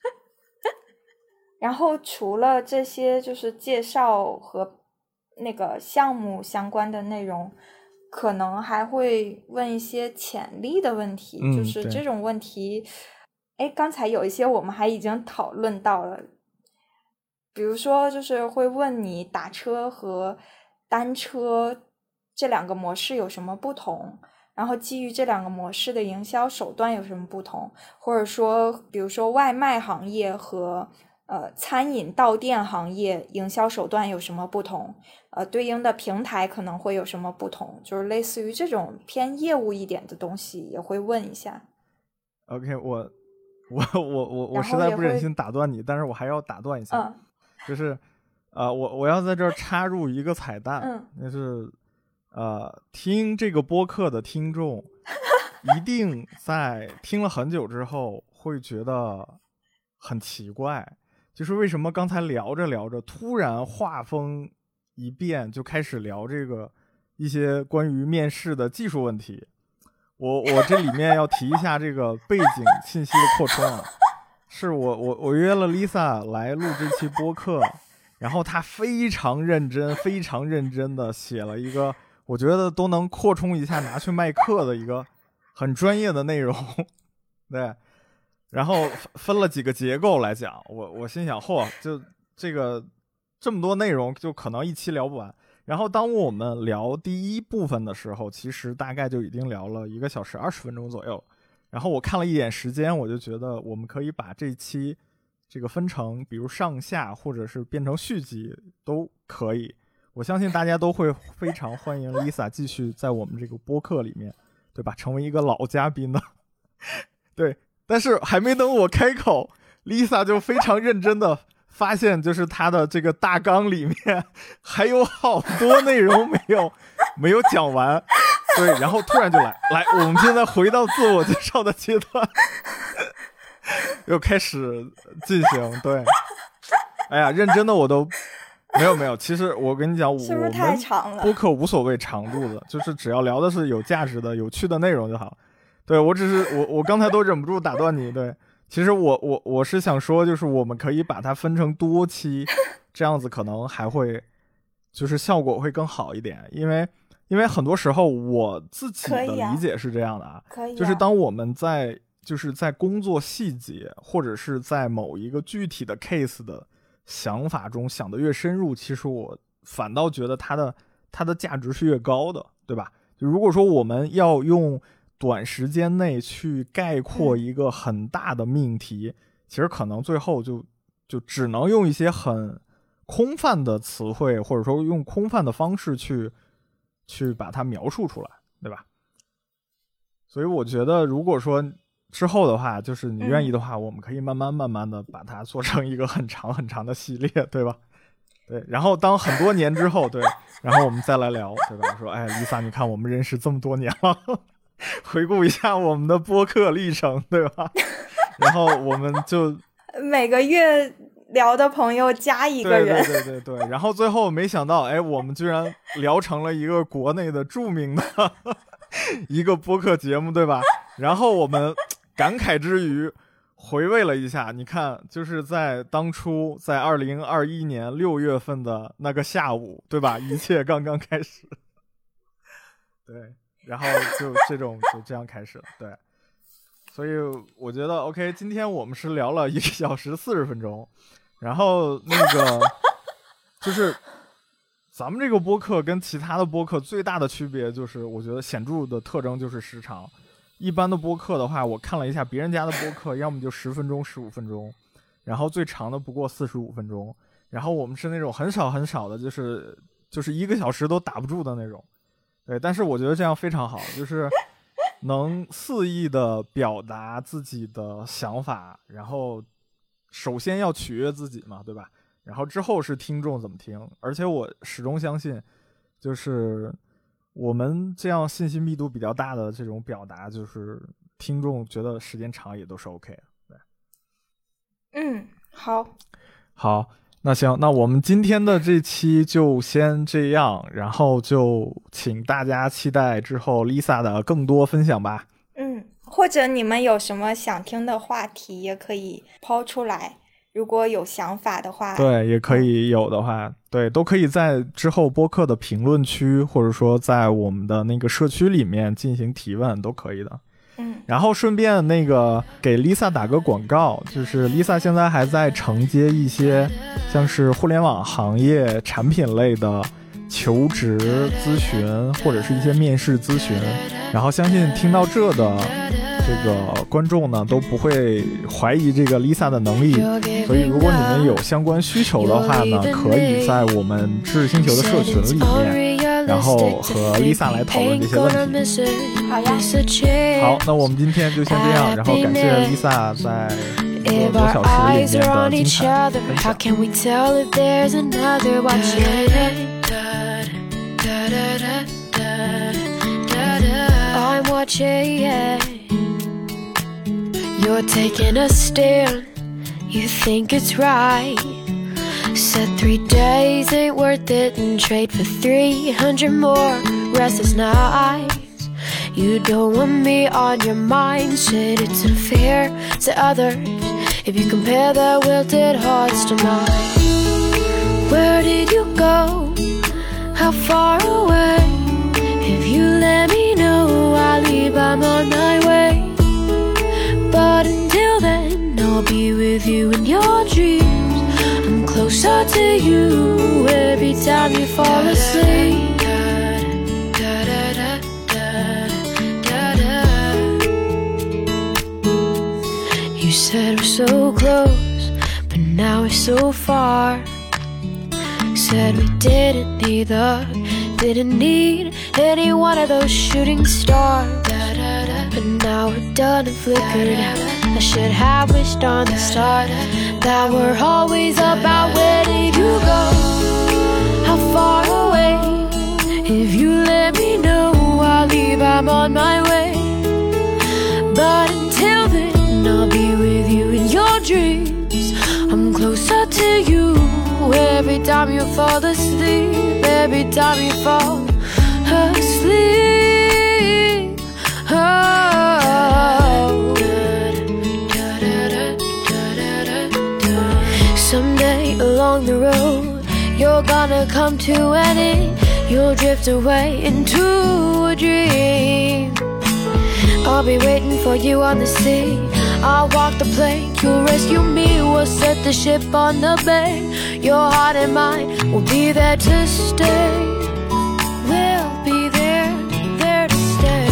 然后除了这些就是介绍和那个项目相关的内容，可能还会问一些潜力的问题， 嗯， 就是这种问题，哎，刚才有一些我们还已经讨论到了，比如说就是会问你打车和单车这两个模式有什么不同，然后基于这两个模式的营销手段有什么不同，或者说比如说外卖行业和呃餐饮到店行业营销手段有什么不同，呃对应的平台可能会有什么不同，就是类似于这种偏业务一点的东西也会问一下。 OK， 我我我我我实在不忍心打断你，但是我还要打断一下。 嗯， 就是呃我我要在这儿插入一个彩蛋， 嗯， 就是呃听这个播客的听众一定在听了很久之后会觉得很奇怪，就是为什么刚才聊着聊着突然画风一变就开始聊这个一些关于面试的技术问题。我我这里面要提一下这个背景信息的扩充啊，是我我我约了 Lisa 来录这期播客，然后她非常认真非常认真的写了一个我觉得都能扩充一下拿去卖课的一个很专业的内容。对，然后分了几个结构来讲，我我心想，嚯，就这个这么多内容就可能一期聊不完。然后当我们聊第一部分的时候，其实大概就已经聊了一个小时二十分钟左右。然后我看了一点时间，我就觉得我们可以把这期这个分成比如上下或者是变成续集都可以。我相信大家都会非常欢迎 Lisa 继续在我们这个播客里面，对吧，成为一个老嘉宾的。对，但是还没等我开口， Lisa 就非常认真的发现就是他的这个大纲里面还有好多内容没有没有讲完，对，然后突然就来来，我们现在回到自我介绍的阶段，又开始进行，对，哎呀，认真的我都没有没有，其实我跟你讲， 是不是太长了？ 播客无所谓长度的，就是只要聊的是有价值的、有趣的内容就好。对，我只是我我刚才都忍不住打断你，对。其实我我我是想说，就是我们可以把它分成多期，这样子可能还会就是效果会更好一点，因为因为很多时候我自己的理解是这样的啊， 可以啊， 就是当我们在就是在工作细节或者是在某一个具体的 case 的想法中想得越深入，其实我反倒觉得它的它的价值是越高的，对吧？就如果说我们要用短时间内去概括一个很大的命题，嗯、其实可能最后就就只能用一些很空泛的词汇，或者说用空泛的方式去去把它描述出来，对吧？所以我觉得，如果说之后的话，就是你愿意的话，嗯、我们可以慢慢慢慢的把它做成一个很长很长的系列，对吧？对，然后当很多年之后，对，然后我们再来聊，对吧？说，哎 ，Lisa， 你看我们认识这么多年了。回顾一下我们的播客历程，对吧？然后我们就每个月聊的朋友加一个人， 对对对对对。然后最后没想到，哎，我们居然聊成了一个国内的著名的一个播客节目，对吧？然后我们感慨之余回味了一下，你看，就是在当初在二零二一年六月份的那个下午，对吧？一切刚刚开始，对。然后就这种就这样开始了，对，所以我觉得 OK， 今天我们是聊了一个小时四十分钟，然后那个就是咱们这个播客跟其他的播客最大的区别就是，我觉得显著的特征就是时长。一般的播客的话，我看了一下别人家的播客，要么就十分钟、十五分钟，然后最长的不过四十五分钟，然后我们是那种很少很少的，就是就是一个小时都打不住的那种。对，但是我觉得这样非常好，就是能肆意的表达自己的想法，然后首先要取悦自己嘛，对吧？然后之后是听众怎么听，而且我始终相信，就是我们这样信息密度比较大的这种表达，就是听众觉得时间长也都是 OK 的。 对，嗯，好， 好。那行，那我们今天的这期就先这样，然后就请大家期待之后 Lisa 的更多分享吧。 嗯，或者你们有什么想听的话题也可以抛出来，如果有想法的话， 对，也可以有的话，对，都可以在之后播客的评论区，或者说在我们的那个社区里面进行提问，都可以的。 嗯， 然后顺便那个给 Lisa 打个广告，就是 Lisa 现在还在承接一些像是互联网行业产品类的求职咨询或者是一些面试咨询，然后相信听到这的这个观众呢都不会怀疑这个 Lisa 的能力，所以如果你们有相关需求的话呢，可以在我们知识星球的社群里面，然后和 Lisa 来讨论这些问题。 好呀， 好，那我们今天就先这样，然后感谢 Lisa 在一个多小时里面的精彩 You're taking a stand, you think it's right. Said three days ain't worth it and trade for three hundred more restless nights. You don't want me on your mind, said it's unfair to others if you compare their wilted hearts to mine. Where did you go? How far away? If you let me know, I'll leave, I'm on my way. But until then, I'll be with you in your dreams. I'm closer to you every time you fall asleep. You said we're so close, but now we're so far. Said we didn't need the, didn't need any one of those shooting stars. But now we're done and flickered. I should have wished on the start that were always about where did you go, how far away. If you let me know, I'll leave, I'm on my way. But until then, I'll be with you in your dreams. I'm closer to you every time you fall asleep, every time you fall asleep. Oh. Someday along the road, you're gonna come to an end. You'll drift away into a dream. I'll be waiting for you on the sea. I'll walk the plank, you'll rescue me. We'll set the ship on the bay. Your heart and mine will be there to stay. We'll be there, there to stay.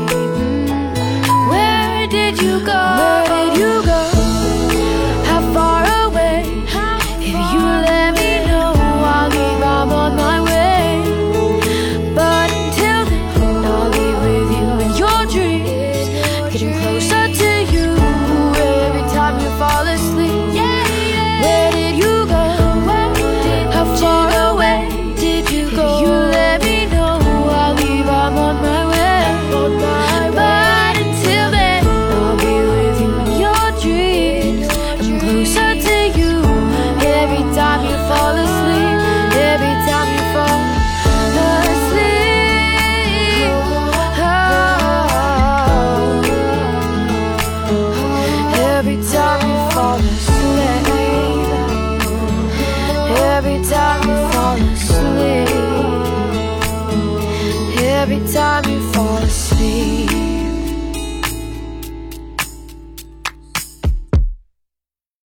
Where did you go? Where did you go? How far away? If you let me know, I'll leave, I'm on my way. But until then, I'll be with you in your dreams, getting closer to you every time you fall asleep. Where did you go? How far away did you go? If you let me know, I'll leave, I'm on my way. But until then, I'll be with you in your dreams. I'm closer to you every time you fall asleep, every time you fall asleep. Oh. Every time you fall asleep, every time you fall asleep, every time you fall asleep.